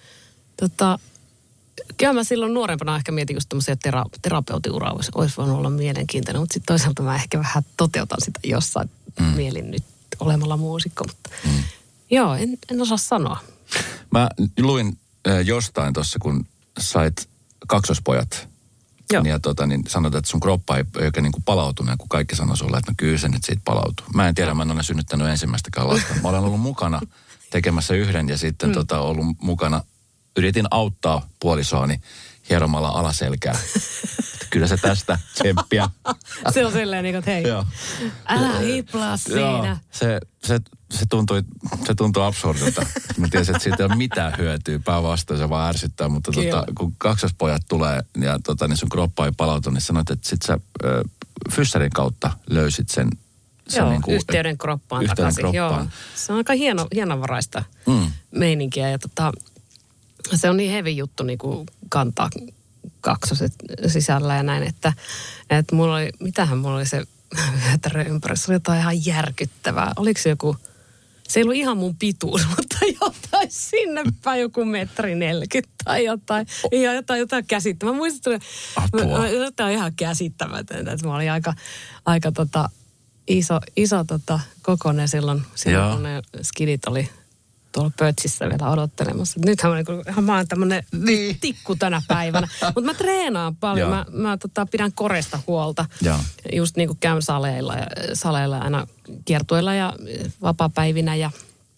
Tota, kyllä mä silloin nuorempana ehkä mietin just tämmöisiä tera- terapeutiuraa, olisi, olisi voinut olla mielenkiintoinen, mutta sitten toisaalta mä ehkä vähän toteutan sitä jossain mm. mielin nyt olemalla muusikko, mutta mm. joo, en, en osaa sanoa. Mä luin äh, jostain tuossa, kun sait kaksospojat, Joo. ja tota, niin sanot, että sun kroppa ei oikein niin kuin palautunut, kun kaikki sanoi sulle, että no kyllä se nyt siitä palautuu. Mä en tiedä, mä en ole synnyttänyt ensimmäistäkään lasta. Mä olen ollut mukana tekemässä yhden ja sitten mm. tota, ollut mukana, yritin auttaa puolisoani hieromalla alaselkää. Kyllä se tästä tsemppiä. Se on silleen niin kuin, että hei, Joo. älä hiplaa siinä. Joo, se, se, se, tuntui, se tuntui absurdilta. Mä tiesin, että siitä ei ole mitään hyötyä. Päinvastoin se vaan ärsyttää, mutta tota, kun kaksospojat tulee ja tota, niin sun kroppa ei palautu, niin sanoit, että sit sä ö, fyssarin kautta löysit sen. sen Joo, niin kuin, yhteyden kroppaan yhteyden takaisin. Kroppaan. Joo, se on aika hieno, hienovaraista mm. meininkiä ja tota, se on niin hevi juttu niin kuin kantaa kaksoset sisällä ja näin, että, että mulla oli, mitähän mulla oli se vyötärö ympärissä, se oli jotain ihan järkyttävää. Oliko se joku, se ei ollut ihan mun pituus, mutta jotain sinne päin joku metri neljäkymmentä tai jotain, ihan jotain, jotain käsittämätöntä. Mä muistan, että jotain ihan käsittämätöntä, että mä olin aika, aika tota, iso, iso tota, kokoinen silloin, silloin kun ne skidit oli tuolla pötsissä vielä odottelemassa. Nythän mä, niin, mä oon tämmönen niin. tikku tänä päivänä. Mutta mä treenaan paljon. Mä, mä tota, pidän koresta huolta. Ja. Just niin kuin käyn saleilla, ja, saleilla aina kiertueilla ja vapaapäivinä ja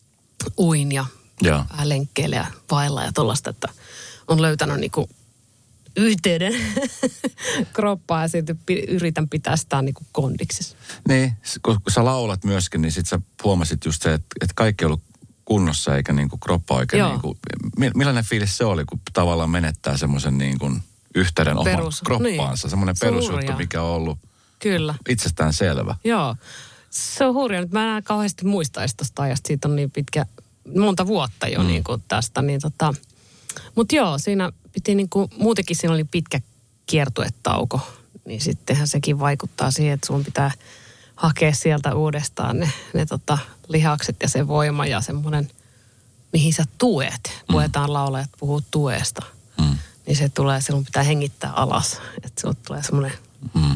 uin ja, ja. lenkkeillä ja vailla ja tollaista, että on löytänyt niinku yhteyden kroppaa ja sitten yritän pitää sitä niinku kondiksissa. Niin, kun sä laulat myöskin, niin sit sä huomasit just se, että, että kaikki on ollut kunnossa eikä niinku kroppa oikein niinku, millainen fiilis se oli, kun tavallaan menettää semmoisen niinku yhteyden oman kroppaansa, niin. Semmoinen perusjuttu, mikä on ollut Kyllä. itsestään selvä. Joo, se on hurjaa, nyt mä en enää kauheasti muistaisi tuosta ajasta, siitä on niin pitkä, monta vuotta jo mm. niinku tästä, niin tota, mutta joo, siinä piti niinku, muutenkin siinä oli pitkä kiertuetauko, niin sittenhän sekin vaikuttaa siihen, että sun pitää hakea sieltä uudestaan ne, ne tota, lihakset ja se voima ja semmoinen, mihin sä tuet. Puetaan mm. laulajat puhuu tuesta. Mm. Niin se tulee, silloin pitää hengittää alas. Että sinulle tulee semmoinen, mm.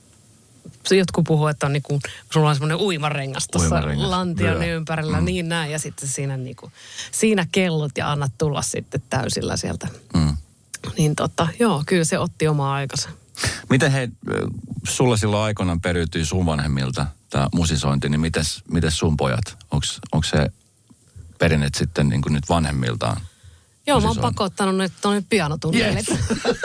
jotkut puhuu, että on niinku, sulla on semmoinen uimarengas tuossa lantion ympärillä. Mm. Niin näin. Ja sitten siinä, niinku, siinä kellot ja annat tulla sitten täysillä sieltä. Mm. Niin tota, joo, kyllä se otti omaa aikansa. Miten hei, sulla silloin aikoinaan periytyi sun vanhemmilta tämä musisointi, niin mites, mites sun pojat? Onko se perinnet sitten niin kuin nyt vanhemmiltaan? Joo, mä oon pakottanut nyt tuonne pianotunneille. Yes.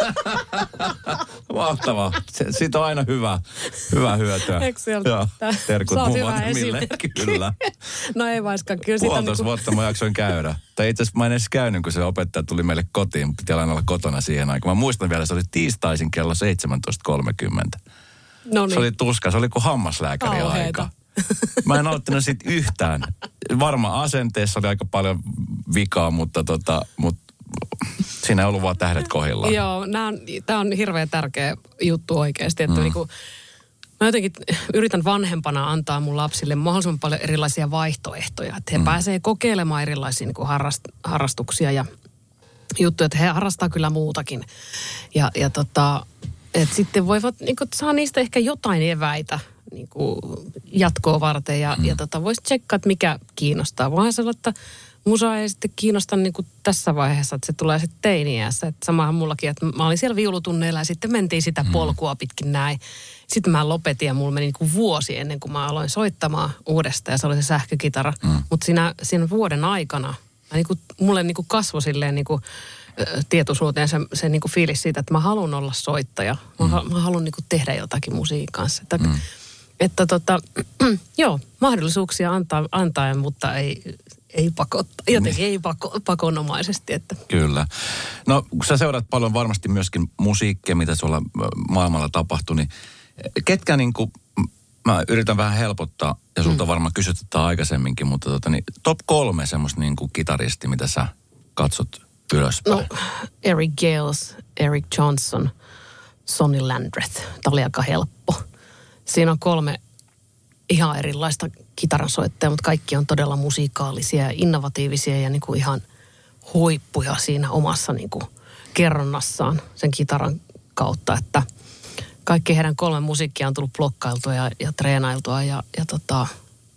Mahtavaa. Se, siitä on aina hyvä, hyvä hyötyä. Eikö sieltä? Joo, terkut mun vanhemmille. Kyllä. No ei vaiskaan. Kyllä Puolitoista niinku vuotta mä jaksoin käydä. Tai itse asiassa mä en edes käynyt, kun se opettaja tuli meille kotiin. Piti aina olla kotona siihen aikaan. Mä muistan vielä, se oli tiistaisin kello seitsemäntoista kolmekymmentä. No niin. Se oli tuska, se oli kuin hammaslääkäri aika. Mä en nauttinut siitä yhtään. Varmaan asenteessa oli aika paljon vikaa, mutta, tota, mutta siinä ei ollut vaan tähdet kohdillaan. Joo, tämä on hirveän tärkeä juttu oikeasti. Että mm. niinku, mä jotenkin yritän vanhempana antaa mun lapsille mahdollisimman paljon erilaisia vaihtoehtoja. Että he mm. pääsee kokeilemaan erilaisia niinku harrast, harrastuksia ja juttuja, että he harrastaa kyllä muutakin. Ja, ja tota, että sitten voivat, niinku, saa niistä ehkä jotain eväitä niin kuin jatkoa varten ja, mm. ja tota, voisi tsekkaa, että mikä kiinnostaa. Voihan se olla, että musa ei sitten kiinnosta niin kuin tässä vaiheessa, että se tulee sitten teiniässä. Että samahan mullakin, että mä olin siellä viulutunneilla ja sitten mentiin sitä polkua pitkin näin. Sitten mä lopetin ja mulla meni niin kuin vuosi ennen kuin mä aloin soittamaan uudestaan ja se oli se sähkökitara. Mm. Mutta siinä, siinä vuoden aikana mä niin kuin, mulle niin kuin kasvoi silleen niin kuin tietoisuuteen se, se niin kuin fiilis siitä, että mä haluan olla soittaja. Mä, mm. mä haluan niin kuin tehdä jotakin musiikin kanssa. Että, mm. että tota, joo, mahdollisuuksia antaa, antaa mutta ei, ei pakottaa. Jotenkin niin. ei pako, pakonomaisesti. Että. Kyllä. No, kun sä seurat paljon varmasti myöskin musiikkia, mitä sulla maailmalla tapahtui, niin ketkä niin kuin mä yritän vähän helpottaa, ja sulta mm. varmaan kysytetään aikaisemminkin, mutta tota, niin, top kolme semmoista niin kuin kitaristi, mitä sä katsot ylöspäin. No, Eric Gales, Eric Johnson, Sonny Landreth. Tämä oli aika helppo. Siinä on kolme ihan erilaista kitaransoittajaa, mutta kaikki on todella musiikaalisia ja innovatiivisia ja niin kuin ihan huippuja siinä omassa niin kuin kerronnassaan sen kitaran kautta, että kaikki heidän kolme musiikkia on tullut blokkailtua ja, ja treenailtua ja, ja tota,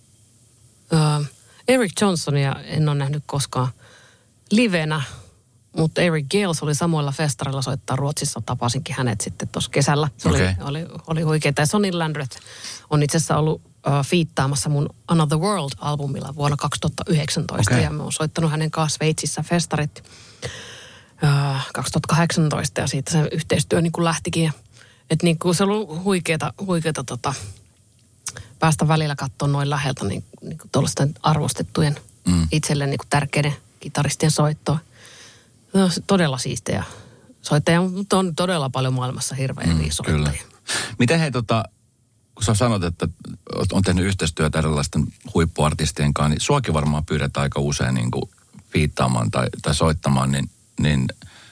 ää, Eric Johnsonia en ole nähnyt koskaan livenä, mutta Eric Gales oli samoilla festarilla soittaa Ruotsissa. Tapasinkin hänet sitten tuossa kesällä. Se okay. oli, oli, oli huikeeta. Ja Sonny Landreth on itse asiassa ollut uh, fiittaamassa mun Another World-albumilla vuonna kaksituhattayhdeksäntoista. Okay. Ja mä oon soittanut hänen kanssa Sveitsissä festarit uh, kaksituhattakahdeksantoista. Ja siitä se yhteistyö niin kuin lähtikin. Että niin kuin se on ollut huikeeta, huikeeta tota, päästä välillä katsoa noin läheltä niin, niin kuin tuollaisten arvostettujen mm. itselle niin kuin tärkeiden kitaristien soittoa. No, todella siistejä soittajia, mutta on todella paljon maailmassa hirveän mm, soittajia. Miten hei, tota, kun sä sanot, että on tehnyt yhteistyötä erilaisten huippuartistien kanssa, niin suakin varmaan pyydetään aika usein niin kuin fiittaamaan tai, tai soittamaan, niin, niin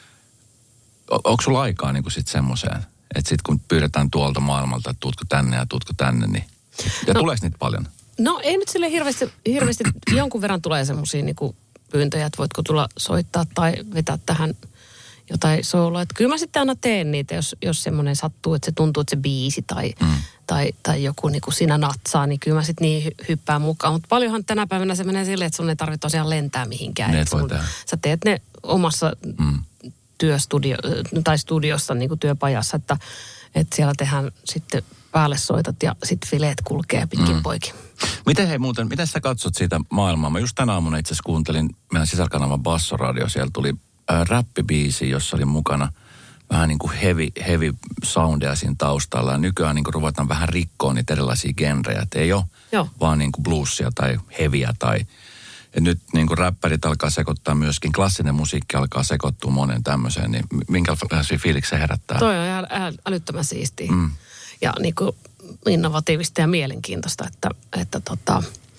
onko sulla aikaa niin kuin sitten semmoiseen? Että sitten kun pyydetään tuolta maailmalta, että tuutko tänne ja tuutko tänne, niin ja no, tuleeko niitä paljon? No ei nyt sille hirveästi, hirveästi jonkun verran tulee semmoisia niin kuin pyyntöjä, että voitko tulla soittaa tai vetää tähän jotain sooloa. Että kyllä mä sitten aina teen niitä, jos, jos semmoinen sattuu, että se tuntuu, että se biisi tai, mm. tai, tai joku niin kuin siinä natsaa, niin kyllä mä sitten niin hy- hyppään mukaan. Mutta paljonhan tänä päivänä se menee silleen, että sun ei tarvitse tosiaan lentää mihinkään. Ne sun, sä teet ne omassa mm. työstudio, tai studiossa niin kuin työpajassa, että, että siellä tehdään sitten päälle soitat ja sitten fileet kulkee pitkin mm. poikin. Miten hei muuten, miten sä katsot siitä maailmaa? Mä just tänä aamuna itse asiassa kuuntelin meidän sisarkanavan Bassoradio. Siellä tuli äh, räppibiisi, jossa oli mukana vähän niin kuin heavy, heavy soundia siinä taustalla. Ja nykyään niin kuin ruvetaan vähän rikkoon niitä erilaisia genrejä. Et ei ole Joo. vaan niin kuin bluesia tai heavyä tai... Ja nyt niin kuin räppärit alkaa sekoittaa myöskin, klassinen musiikki alkaa sekoittua monen tämmöiseen. Niin minkälaisia fiiliksi se herättää? Toi on ihan älyttömän siistiä. Mm. Ja niin kuin innovatiivista ja mielenkiintoista, että, että tota,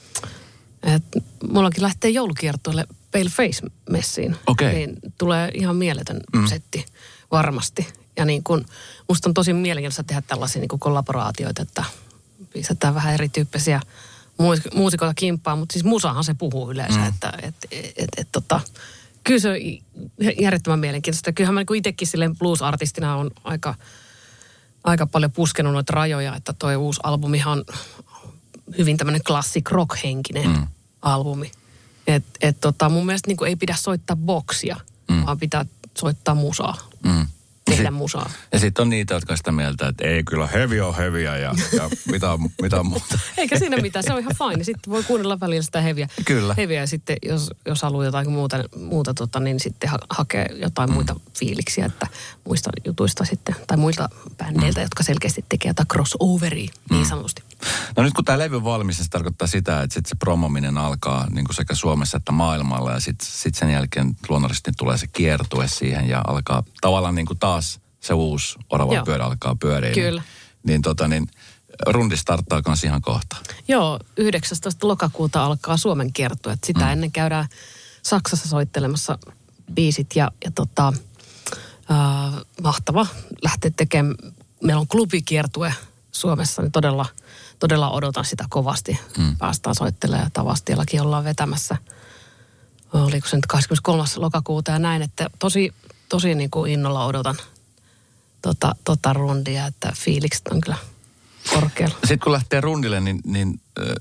että mullakin lähtee joulukiertoille Pale Face-messiin. Okay. Niin tulee ihan mieletön mm. setti varmasti. Ja niin kuin, musta on tosi mielenkiintoista tehdä tällaisia niin kuin kollaboraatioita, että pistetään vähän erityyppisiä muusikoita kimppaa, mutta siis musahan se puhuu yleensä, mm. että et, et, et, et, tota, kyllä se on järjettömän mielenkiintoista. Kyllähän mä niin itsekin silleen blues-artistina on aika... aika paljon puskenut noita rajoja, että toi uusi albumihan on hyvin tämmöinen classic rock-henkinen mm. albumi. Että et tota, mun mielestä niin kuin ei pidä soittaa boksia, mm. vaan pitää soittaa musaa. Mm. Tehdä sit, musaa. Ja sitten on niitä, jotka on sitä mieltä, että ei kyllä heavy on heavyä ja, ja mitä, mitä muuta. Eikä siinä mitään, se on ihan fine. Sitten voi kuunnella välillä sitä heavyä. Kyllä. Heavyä ja sitten jos, jos haluaa jotain muuta, muuta tota, niin sitten ha- hakee jotain mm. muita fiiliksiä, että muista jutuista sitten, tai muilta bändeiltä, mm. jotka selkeästi tekee jotain crossoveria, niin mm. sanotusti. No nyt kun tämä levy valmis, se tarkoittaa sitä, että sitten se promominen alkaa niin kuin sekä Suomessa että maailmalla ja sitten sit sen jälkeen luonnollisesti tulee se kiertue siihen ja alkaa tavallaan niin kuin taas se uusi oravan pyörä alkaa pyöriä. Kyllä. Niin, niin, tota, niin rundi starttaa kans ihan kohta. Joo, yhdeksästoista lokakuuta alkaa Suomen kiertue. Että sitä mm. ennen käydään Saksassa soittelemassa biisit ja, ja tota, äh, mahtava lähteä tekemään. Meillä on klubikiertue Suomessa, niin todella, todella odotan sitä kovasti. Mm. Päästään soittelemaan ja Tavastiallakin ollaan vetämässä. Oliko se nyt kahdeskymmeneskolmas lokakuuta ja näin, että tosi, tosi niin kuin innolla odotan tota, tota rundia, että fiilikset on kyllä korkealla. Sitten kun lähtee rundille, niin, niin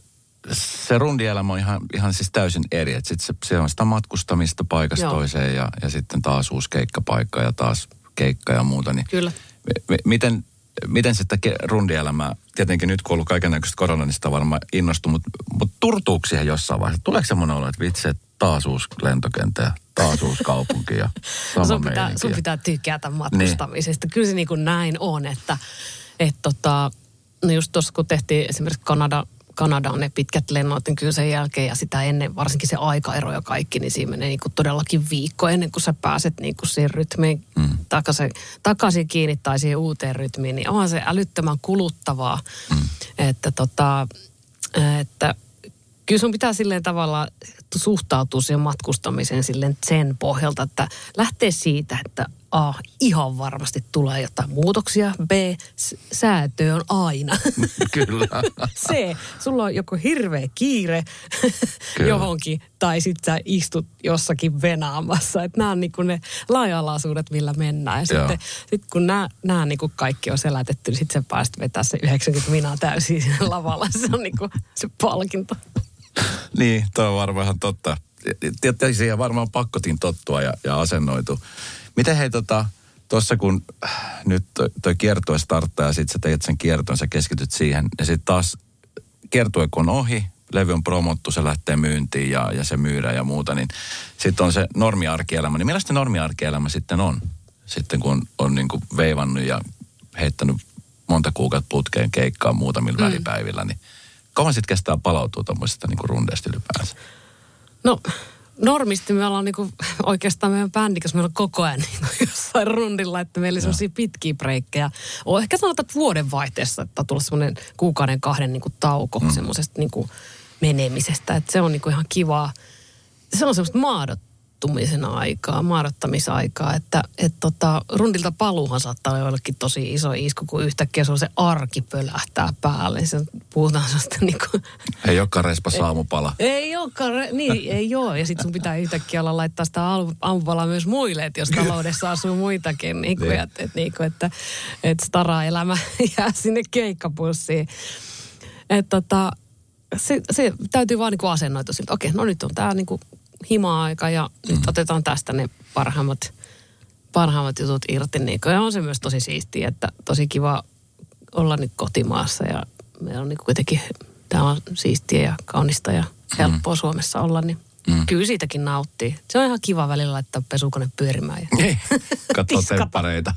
se rundielämä on ihan, ihan siis täysin eri. Sitten se, se on sitä matkustamista paikasta Joo. toiseen ja, ja sitten taas uusi keikkapaikka ja taas keikka ja muuta. Niin kyllä. M- miten, miten sitä rundielämää, tietenkin nyt kun on ollut kaikennäköistä korona, niin sitä varmaan innostuu, mutta mut turtuuko siihen jossain vaiheessa? Tuleeko semmoinen olo, että vitsi, että taas uusi lentokenttä ja taas uusi kaupunki ja sama sun pitää, sun pitää tykätä matkustamisesta. Niin. Kyllä se niin kuin näin on, että et tota, no just tuossa kun tehtiin esimerkiksi Kanada, Kanadaan ne pitkät lennot, niin kyllä sen jälkeen ja sitä ennen, varsinkin se aikaero ja kaikki, niin siinä menee niin kuin todellakin viikko ennen kuin sä pääset niin kuin siihen rytmiin mm. takaisin, takaisin kiinni tai siihen uuteen rytmiin, niin onhan se älyttömän kuluttavaa, mm. että tota, että kyllä sun pitää silleen tavallaan suhtautua siihen matkustamiseen silleen sen pohjalta, että lähtee siitä, että A, ihan varmasti tulee jotain muutoksia, B, säätö on aina. Kyllä. C, sulla on joko hirveä kiire johonkin, tai sit sä istut jossakin venaamassa. Että nämä on niinku ne laaja-alaisuudet, millä mennään. Ja sitten sit kun nämä, nämä niinku kaikki on selätetty, niin sitten sä pääset vetää se yhdeksänkymmentä minaa täysin siinä lavalla. Se on niinku se palkinto. Niin, toi on varmaan ihan totta. Tietysti siihen varmaan pakkotin tottua ja, ja asennoitu. Miten hei tota, tuossa kun nyt toi, toi kiertue starttaa ja sit sä teet sen kiertoon, sä keskityt siihen. Ja sit taas kiertue kun on ohi, levy on promottu, se lähtee myyntiin ja, ja se myydään ja muuta. Niin sitten on se normiarkielämä. Niin millaista normiarkielämä sitten on? Sitten kun on, on niin kuin veivannut ja heittänyt monta kuukautta putkeen keikkaa muutamilla mm. välipäivillä, niin kauan sitten kestää palautua tuommoisesta niin kuin rundeista ylipäänsä? No, normisti me ollaan niinku oikeastaan meidän bändi, koska meillä on koko ajan niinku jossain rundilla, että meillä on sellaisia pitkiä breikkejä. On ehkä sanotaan, että vuodenvaihteessa, että on tullut semmoinen kuukauden kahden niinku tauko mm. semmoisesta niinku menemisestä. Että se on niinku ihan kivaa. Se on semmoista maadottumisen aikaa, maadottamisen että et tota, rundilta paluuhan saattaa olla jollekin tosi iso isku, kun yhtäkkiä se on se arki pölähtää päälle. Se puhutaan sellaista niinku... Ei olekaan respa saamupala. Ei, ei olekaan, niin ei ole. Ja sit sun pitää yhtäkkiä olla laittaa sitä aamupalaa myös muille, että jos taloudessa asuu muitakin, niin kuin, että, että, niin kuin, että, että stara-elämä jää sinne keikkapussiin. Että tota, se, se täytyy vaan niin kuin asennoitua siltä, okei, no nyt on tää niin kuin hima-aika ja mm. nyt otetaan tästä ne parhaimmat, parhaimmat jutut irti. Niin ja on se myös tosi siistiä, että tosi kiva olla nyt kotimaassa ja meillä on niin kuitenkin, täällä on siistiä ja kaunista ja helppoa mm. Suomessa olla, niin mm. kyllä siitäkin nauttii. Se on ihan kiva välillä laittaa pesukone pyörimään. Ja katso temppareita.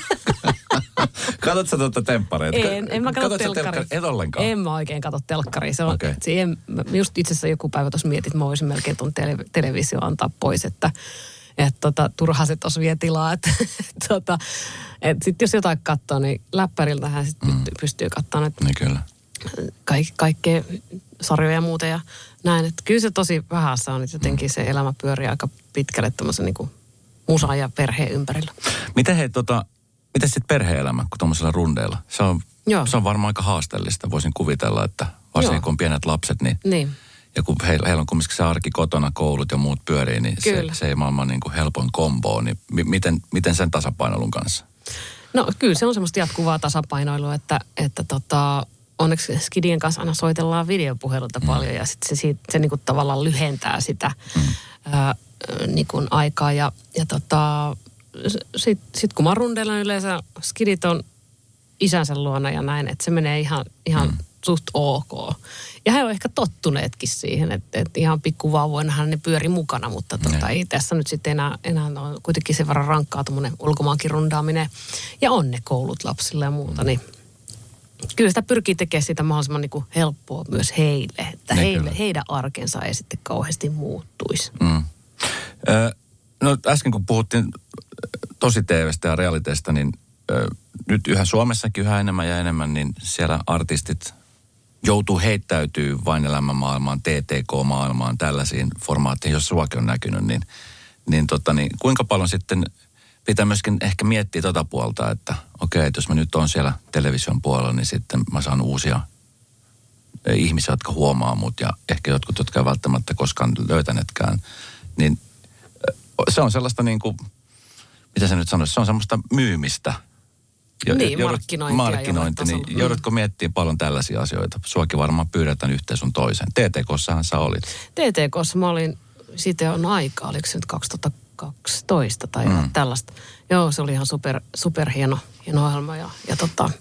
Katsotko tuota temppareita? En, en mä katso telkkaria. Et ollenkaan? En mä oikein katso telkkaria. Se on, okay. siihen, just itse asiassa joku päivä tuossa mietin, että mä voisin melkein tuon tele, televisio antaa pois, että et tota, turha se tuossa vie tilaa. Että tota, et sitten jos jotain katsoo, niin läppäriltähän sit mm. pystyy katsomaan. Niin kyllä. Kaik, kaikkea sarjoja ja muuta ja näin. Että kyllä se tosi vähässä on, että jotenkin se elämä pyörii aika pitkälle tämmöisen niin kuin musan ja perheen ympärillä. Miten hei tota, miten sitten perhe-elämä, kun tuommoisella rundeilla? Se on, se on varmaan aika haasteellista. Voisin kuvitella, että varsinkin kun on pienet lapset, niin, niin. ja kun heillä, heillä on kumminkin se arki kotona, koulut ja muut pyörii, niin se, se ei maailman niin kuin helpoin kombo. Niin mi, miten, miten sen tasapainoilun kanssa? No kyllä se on semmoista jatkuvaa tasapainoilua, että, että tota, onneksi Skidien kanssa aina soitellaan videopuhelulta mm. paljon ja sit se, se, se niin kuin tavallaan lyhentää sitä mm. ää, niin kuin aikaa ja, ja tota... Sitten sit kun mä rundeilla yleensä skidit on isänsä luona ja näin, että se menee ihan, ihan mm. suht ok. Ja he on ehkä tottuneetkin siihen, että, että ihan pikkuvauvoinahan ne pyöri mukana, mutta tota, ei tässä nyt sitten enää, enää on kuitenkin sen verran rankkaa tuommoinen ulkomaankin rundaaminen. Ja on ne koulut lapsille ja muuta, niin kyllä sitä pyrkii tekemään sitä mahdollisimman niin kuin helppoa myös heille, että heille, heidän arkensa ei sitten kauheasti muuttuisi. Mm. Ö, no äsken kun puhuttiin tosi T V:stä ja realiteesta, niin ö, nyt yhä Suomessakin yhä enemmän ja enemmän, niin siellä artistit joutuu heittäytyy vain elämänmaailmaan, T T K-maailmaan, tällaisiin formaatteihin, jos suakin on näkynyt, niin, niin, tota, niin kuinka paljon sitten pitää myöskin ehkä miettiä tota puolta, että okei, että jos mä nyt on siellä television puolella, niin sitten mä saan uusia ihmisiä, jotka huomaa mut ja ehkä jotkut, jotka ei välttämättä koskaan löytäneetkään, niin se on sellaista niin kuin, mitä se nyt sanoisi, se on semmoista myymistä. Jo, niin, joudut, markkinointia. Markkinointi, niin mm. joudutko miettimään paljon tällaisia asioita? Suakin varmaan pyydetään yhteen sun toisen. T T K:ssahan sä olit. T T K:ssa mä olin, siitä on aikaa, oliko se nyt kaksituhattakaksitoista tai mm. tällaista. Joo, se oli ihan super, super hieno, hieno ohjelma ja, ja tota...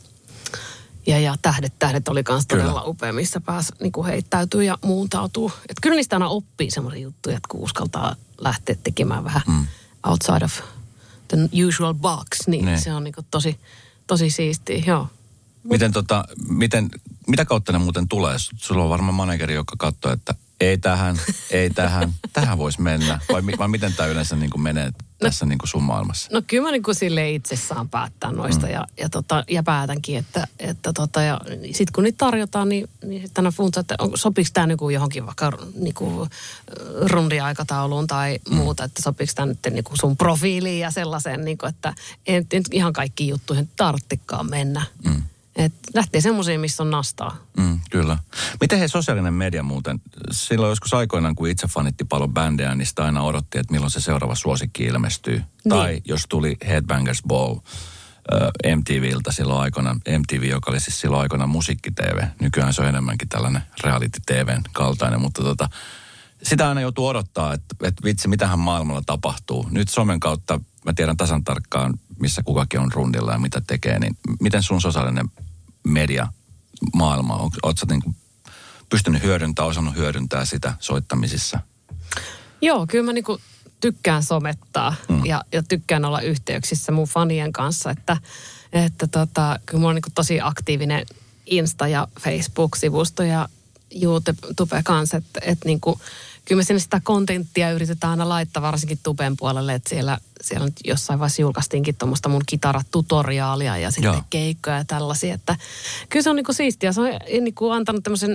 Ja, ja Tähdet, Tähdet oli myös todella upea, missä pääsi niin heittäytyy ja muuntautuu. Että kyllä niistä aina oppii semmoisia juttuja, että kun uskaltaa lähteä tekemään vähän mm. outside of the usual box, niin ne. Se on niin tosi, tosi siistiä, joo. Miten, tota, miten mitä kautta ne muuten tulee? Sulla on varmaan manageri, joka katsoo, että ei tähän, ei tähän, tähän voisi mennä. Vai, vai miten tämä yleensä niin kuin menee tässä no, niin kuin sun maailmassa? No kyllä mä niin kuin silleen itse saan päättää noista mm. ja, ja, tota, ja päätänkin, että, että tota, ja sitten kun niitä tarjotaan, niin, niin sitten aina funtsaa, että on, sopiiko tämä niin johonkin vaikka niin kuin rundiaikatauluun tai mm. muuta, että sopiiko tämä nyt niin kuin sun profiiliin ja sellaiseen, niin kuin, että ei nyt ihan kaikki juttuihin tarvitsekaan mennä. Mm. Että lähtee semmoisiin, missä on nastaa. Mm, kyllä. Miten he sosiaalinen media muuten? Silloin joskus aikoinaan, kun itse fanitti paljon bändejä, niin sitä aina odotti, että milloin se seuraava suosikki ilmestyy. Niin. Tai jos tuli Headbangers Ball äh, M T V:ltä silloin aikoinaan, M T V, joka oli siis silloin aikoinaan musiikki-T V. Nykyään se on enemmänkin tällainen reality-T V:n kaltainen, mutta tota, sitä aina joutuu odottaa, että, että vitsi, mitähän maailmalla tapahtuu. Nyt somen kautta mä tiedän tasan tarkkaan, missä kukakin on rundilla ja mitä tekee, niin miten sun sosiaalinen media maailma, ootko sä niin kuin pystynyt hyödyntämään, osannut hyödyntää sitä soittamisissa? Joo, kyllä mä niin kuin tykkään somettaa mm. ja, ja tykkään olla yhteyksissä mun fanien kanssa, että, että tota, kyllä mulla on niin kuin tosi aktiivinen Insta- ja Facebook-sivusto ja YouTube kanssa, että, että niin kuin, kyllä me sinne sitä kontenttia yritetään aina laittaa varsinkin Tuben puolelle, että siellä, siellä nyt jossain vaiheessa julkaistiinkin tuommoista mun kitaratutoriaalia ja sitten Joo. keikkoja ja tällaisia, että kyllä se on niinku siistiä. Se on niinku antanut tämmöisen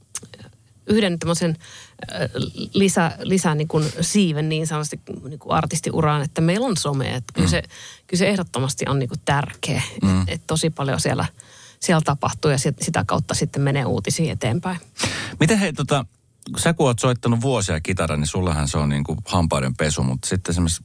yhden tämmöisen lisä, lisä niinku siiven niin sanotusti niinku artistiuraan, että meillä on some, että kyllä, mm. se, kyllä se ehdottomasti on niinku tärkeä, mm. että et tosi paljon siellä, siellä tapahtuu ja sit, sitä kautta sitten menee uutisia eteenpäin. Miten hei tota... Sä kun oot soittanut vuosia kitaraa, niin sullahan se on niin kuin hampaiden pesu, mutta sitten esimerkiksi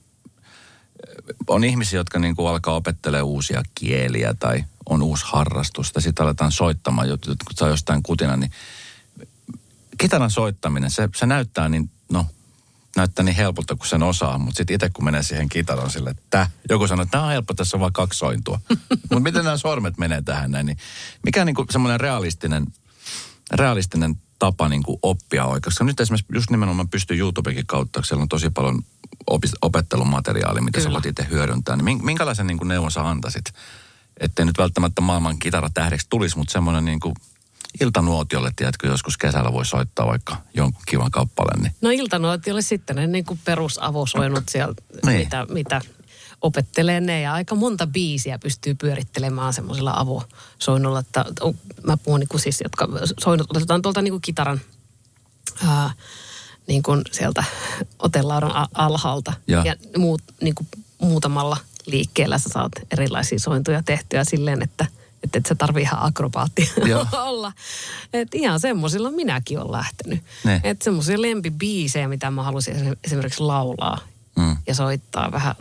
on ihmisiä, jotka niin kuin alkaa opettelemaan uusia kieliä tai on uusi harrastus, ja sitten aletaan soittamaan, kun saa jostain kutina, niin kitaran soittaminen, se, se näyttää niin, no, näyttää niin helpolta, kun sen osaa, mutta sitten itse kun menee siihen kitaran sille, että joku sanoo, että tämä on helppo, tässä on vaan kaksi sointua. Mutta miten nämä sormet menee tähän näin, niin mikä on niin kuin semmoinen realistinen, realistinen tapa niin kuin oppia oikein. Koska nyt esimerkiksi just nimenomaan pystyy YouTubekin kautta, siellä on tosi paljon opis- opettelumateriaalia, mitä Kyllä. sä voit itse hyödyntää. Niin minkälaisen niin kuin neuvon sä antaisit? Ettei nyt välttämättä maailman kitaratähdeksi tulisi, mutta semmoinen niin kuin iltanuotiolle, tiedätkö, joskus kesällä voi soittaa vaikka jonkun kivan kappaleen. Niin. No iltanuotiolle sitten ne niin kuin perusavosoinnut sieltä, niin. mitä, mitä opettelee ne. Ja aika monta biisiä pystyy pyörittelemään semmoisella avosoinnulla, että mä puhun niin kuin siis, jotka soinnut otetaan tuolta niin kuin kitaran ää, niin kuin sieltä otelaudan alhaalta. Ja, ja muut, niin kuin muutamalla liikkeellä sä saat erilaisia sointuja tehtyä silleen, että että et se tarvii ihan akrobaatti olla. Että ihan semmoisilla minäkin olen lähtenyt. Että semmoisia lempibiisejä, mitä mä haluaisin esimerkiksi laulaa mm. ja soittaa vähän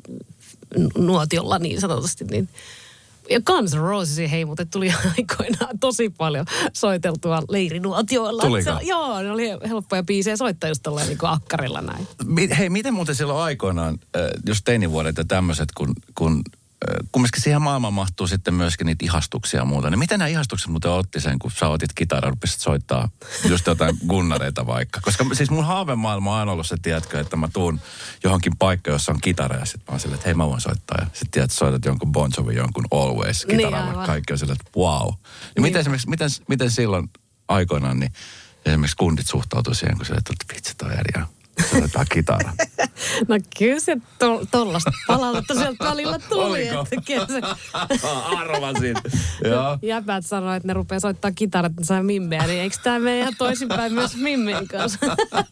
nuotiolla niin sanotusti. Niin. Ja Guns N' Roses, hei, mutta tuli aikoinaan tosi paljon soiteltua leirinuotioilla. Tuliko? Se, joo, ne oli helppoja biisejä soittaa just tolleen niin kuin akkarilla näin. Hei, miten muuten silloin aikoinaan, just teinivuodet ja tämmöiset, kun... kun kumminkin siihen maailmaan mahtuu sitten myöskin niitä ihastuksia ja muuta. Niin miten nämä ihastukset muuten otti sen, kun sä otit kitaraa, rupesit soittaa just jotain gunnareita vaikka? Koska siis mun haavemaailma on aina ollut se, tiedätkö, että mä tuun johonkin paikkaan, jossa on kitara ja sitten mä oon silleen, että hei mä voin soittaa. Ja sitten tiedät, soitat jonkun Bon Jovi, jonkun Always kitaralla. Niin, kaikki on silleen, että wow. Ja niin. miten, esimerkiksi, miten, miten silloin aikoinaan niin esimerkiksi kundit suhtautuu siihen, kun sä et ole vitsi toi eri soitetaan kitara. No kyllä se to, tollaista palautetta sieltä välillä tuli. Oliko? Arvasin. Jäpät sanoi, että ne rupeaa soittaa kitarat, että saa mimmeä, niin eikö tämä mene ihan toisinpäin myös mimmeen kanssa?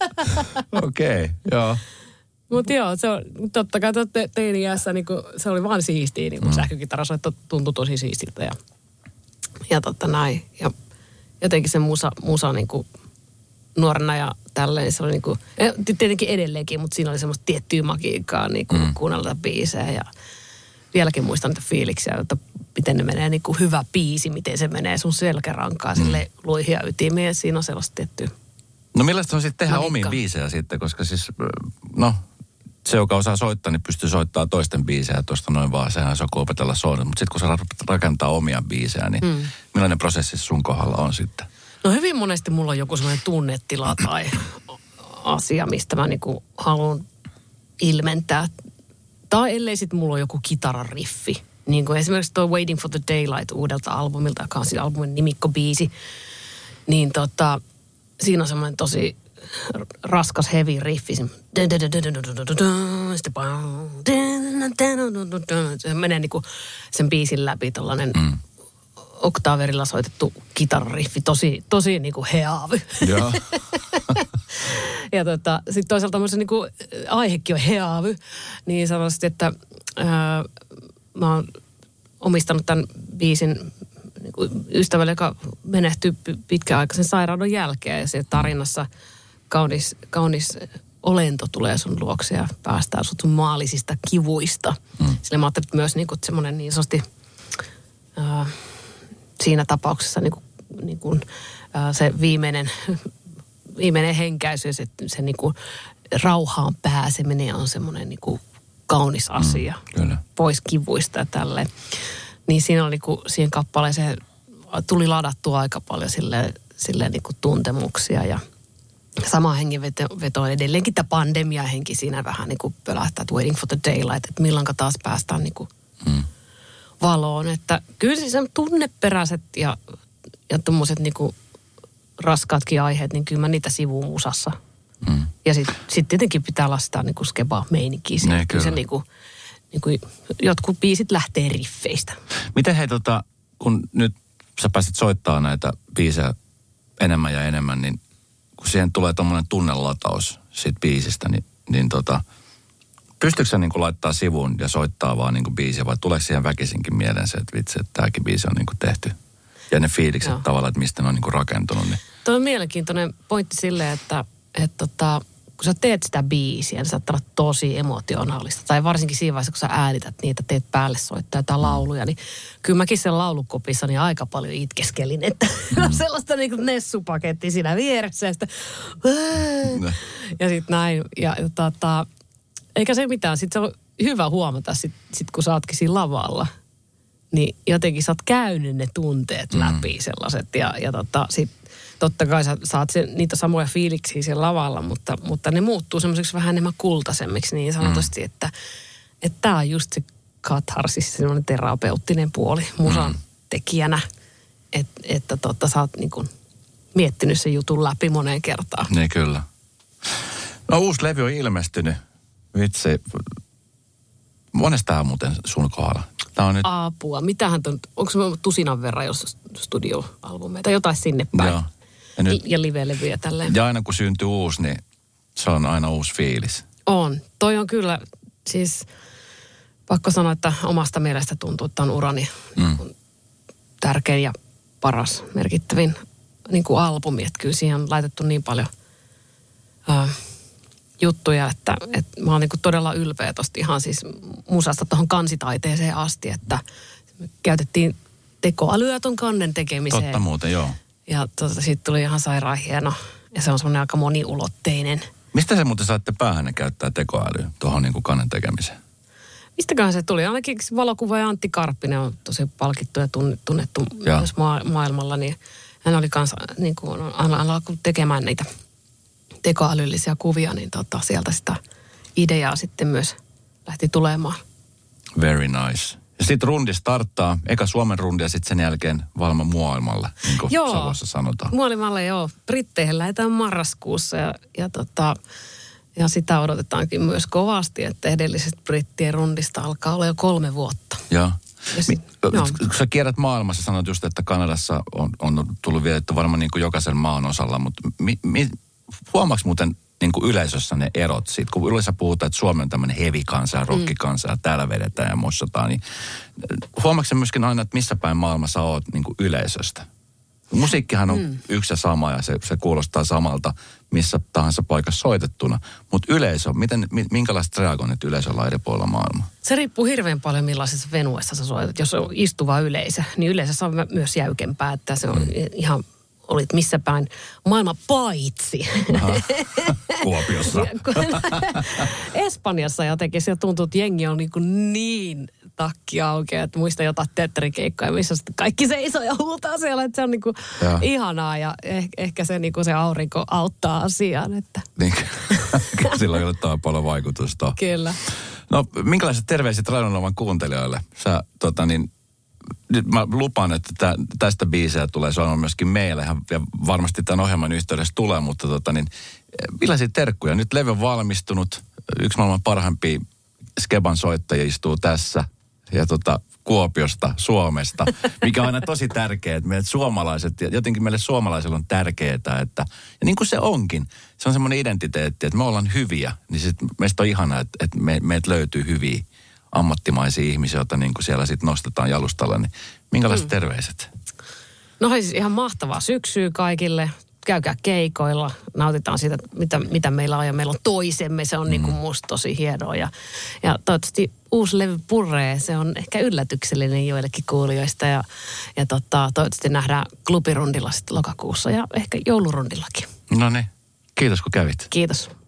Okei, okay, joo. Mutta joo, se on totta kai te, teini-iässä niin se oli vaan siistiä, niin mm. sähkökitarasoitto tuntui tosi siistiltä ja, ja totta näin. Ja jotenkin se musa, musa niin kuin nuorena ja tälleen, se oli niin kuin, tietenkin edelleenkin, mutta siinä oli semmoista tiettyä magiikkaa niin kuin mm. kuunnella biisejä ja vieläkin muistan niitä fiiliksiä, että miten ne menee niin kuin hyvä biisi, miten se menee sun selkärankaan mm. sille luihin ja ytimeen, siinä on sellaista tiettyä. No millaista on sitten tehdä omiin biisejä sitten, koska siis, no se, joka osaa soittaa, niin pystyy soittamaan toisten biisejä tuosta noin vaan, sehän se on opetella soida, mutta sitten kun sä rakentaa omia biisejä, niin mm. millainen prosessi sun kohdalla on sitten? No hyvin monesti mulla on joku semmoinen tunnetila tai asia, mistä mä niinku haluan ilmentää. Tai ellei sitten mulla on joku kitarariffi, Niin kuin esimerkiksi tuo Waiting for the Daylight uudelta albumilta, joka on siinä albumin nimikkobiisi. Niin tota, siinä on semmoinen tosi raskas heavy riffi. Se menee niinku sen biisin läpi tollainen mm. oktaaverilla soitettu kitarariffi. Tosi, tosi niinku heavy. Joo. Ja tota, sitten toisaalta tämmöisen niinku aihekin on heavy. Niin sanoisin, että ää, mä oon omistanut tämän biisin niinku ystävälle, joka menehtyi pitkäaikaisen sairauden jälkeen. Ja siellä tarinassa kaunis, kaunis olento tulee sun luokse ja päästään sut sun maallisista kivuista. Mm. Sillä mä ajattelin, että myös niinku semmoinen niin sanotusti ää, siinä tapauksessa niinku, niinku, ää, se viimeinen, viimeinen henkäisy, se, se niinku rauhaan pääseminen on semmoinen niinku kaunis asia. Mm, kyllä. Pois kivuista ja tälleen. Niin siinä oli niinku, siihen kappaleeseen tuli ladattua aika paljon silleen, silleen niinku tuntemuksia ja sama hengenveto on edelleenkin tämä pandemia-henki siinä vähän niin kuin pölähtää, että waiting for the daylight, että milloinka taas päästään niin kuin mm. valoon. Että kyllä siis tunneperäiset ja, ja tuommoiset niin kuin raskaatkin aiheet, niin kyllä mä niitä sivuun musassa. Mm. Ja sitten sit tietenkin pitää lastaa niin kuin skeba-meininkiä. Ne, kyllä. Se niin kuin, niin kuin jotkut biisit lähtee riffeistä. Miten hei tota, kun nyt sä pääsit soittaa näitä biisejä enemmän ja enemmän, niin kun siihen tulee tommoinen tunnelataus siitä biisistä, niin, niin tota, pystyykö sä niinku laittaa sivuun ja soittaa vaan niinku biisiä, vai tuleeko siihen väkisinkin mieleen se, että vitsi, että tämäkin biisi on niinku tehty? Ja ne fiilikset Joo. tavallaan, että mistä ne on niinku rakentunut. Niin. Tuo on mielenkiintoinen pointti silleen, että, että tota, kun sä teet sitä biisiä, niin saattaa olla tosi emotionaalista. Tai varsinkin siinä vaiheessa, kun sä äänität niitä, teet päälle soittaa jotain lauluja, niin kyllä mäkin sen laulukopissa niin aika paljon itkeskelin, että mm. sellaista niin kuin nessupakettia siinä vieressä ja sitten ja sitten näin. Ja, ja tota, eikä se mitään, sitten se on hyvä huomata, sit, sit kun sä ootkin siinä lavalla, niin jotenkin sä oot käynyt ne tunteet läpi mm. sellaiset ja, ja tota, sitten totta kai sä saat sen, niitä samoja fiiliksiä siellä lavalla, mutta, mutta ne muuttuu semmoiseksi vähän enemmän kultaisemmiksi niin sanotusti, mm. että että tää on just se katharsis, semmoinen terapeuttinen puoli musan mm. tekijänä, et, että totta sä oot niin kuin miettinyt sen jutun läpi moneen kertaan. Niin kyllä. No uusi levy on ilmestynyt. Vitsi. Monesta tää on muuten sun kohdalla? Tää on nyt... Apua. Mitähän ton, onko se tusinan verran jos studioalbumeita, jotain sinne päin? Joo. Ja, nyt, ja live-levyjä tälleen. Ja aina kun syntyy uusi, niin se on aina uusi fiilis. On. Toi on kyllä, siis pakko sanoa, että omasta mielestä tuntuu, että on urani mm. niin tärkein ja paras, merkittävin niin kuin albumi. Että kyllä siihen on laitettu niin paljon äh, juttuja, että, että mä oon niin kuin todella ylpeä tosta ihan siis musasta tuohon kansitaiteeseen asti, että me käytettiin tekoälyä ton kannen tekemiseen. Totta muuten, joo. Ja tuota, siitä tuli ihan sairaan hieno. Ja se on semmoinen aika moniulotteinen. Mistä se muuten saitte päähän käyttää tekoälyä tuohon niin kuin kannen tekemiseen? Mistäköhän se tuli? Ainakin valokuvaaja Antti Karppinen on tosi palkittu ja tunnettu Joo. myös ma- maailmalla. Niin hän oli kanssa niin kuin, alkanut tekemään niitä tekoälyllisiä kuvia, niin tota, sieltä sitä ideaa sitten myös lähti tulemaan. Very nice. Ja sitten rundi starttaa, eka Suomen rundi ja sitten sen jälkeen valma maailmalle, niin kuin joo, Savossa sanotaan. Maailmalle joo. Britteihin lähdetään marraskuussa ja, ja, tota, ja sitä odotetaankin myös kovasti, että edellisestä brittien rundista alkaa olla jo kolme vuotta. Joo. Mi- kun sä kierrät maailmassa, sanoit just, että Kanadassa on, on tullut vietetty varmaan niin kuin jokaisen maan osalla, mutta mi, mi, huomaaks muuten niin kuin yleisössä ne erot siitä, kun yleensä puhutaan, että Suomi on tämmöinen heavy-kansa ja rockikansa ja täällä vedetään ja mossataan, niin huomaatko myöskin aina, että missä päin maailmassa oot niin kuin yleisöstä? Musiikkihan on mm. yksi ja sama ja se, se kuulostaa samalta missä tahansa paikassa soitettuna, mutta yleisö, miten, minkälaiset reagoinnit yleisöllä on eri puolilla maailmaa? Se riippuu hirveän paljon millaisessa venuessa sä soitat. Jos on istuva yleisö, niin yleensä se on myös jäykempää, että se on mm. ihan... Olit missä päin maailma paitsi. Kuopiossa. Espanjassa jotenkin se tuntuu, että jengi on niin, niin takki auki, että muista jotain teatterikeikkoja, missä kaikki seisoo ja huutaa siellä, että se on niin kuin ihanaa ja eh, ehkä se, niin kuin se aurinko auttaa asiaan. Että. Niin, sillä ei ole paljon vaikutusta. Kyllä. No, minkälaiset terveiset Radionovan kuuntelijoille? Sä, tota niin, nyt mä lupaan, että tä, tästä biisejä tulee sanoa myöskin meille, ja varmasti tämän ohjelman yhteydessä tulee, mutta tota niin, millaisia terkkuja? Nyt levy on valmistunut, yksi maailman parhaimpia Skeban soittajia istuu tässä, ja tota, Kuopiosta, Suomesta, mikä on aina tosi tärkeää, että meidät suomalaiset, jotenkin meille suomalaisilla on tärkeää, että, ja niin kuin se onkin, se on semmoinen identiteetti, että me ollaan hyviä, niin sit meistä on ihanaa, että, että me, meiltä löytyy hyviä ammattimaisia ihmisiä, joita niin kuin siellä sitten nostetaan jalustalla, niin minkälaiset mm. terveiset? No siis ihan mahtavaa syksyä kaikille. Käykää keikoilla, nautitaan siitä, mitä, mitä meillä on ja meillä on toisemme. Se on mm. niin kuin musta tosi hienoa ja, ja toivottavasti uusi levy puree. Se on ehkä yllätyksellinen joillekin kuulijoista ja, ja tota, toivottavasti nähdään klubirundilla sitten lokakuussa ja ehkä joulurundillakin. No niin, kiitos kun kävit. Kiitos.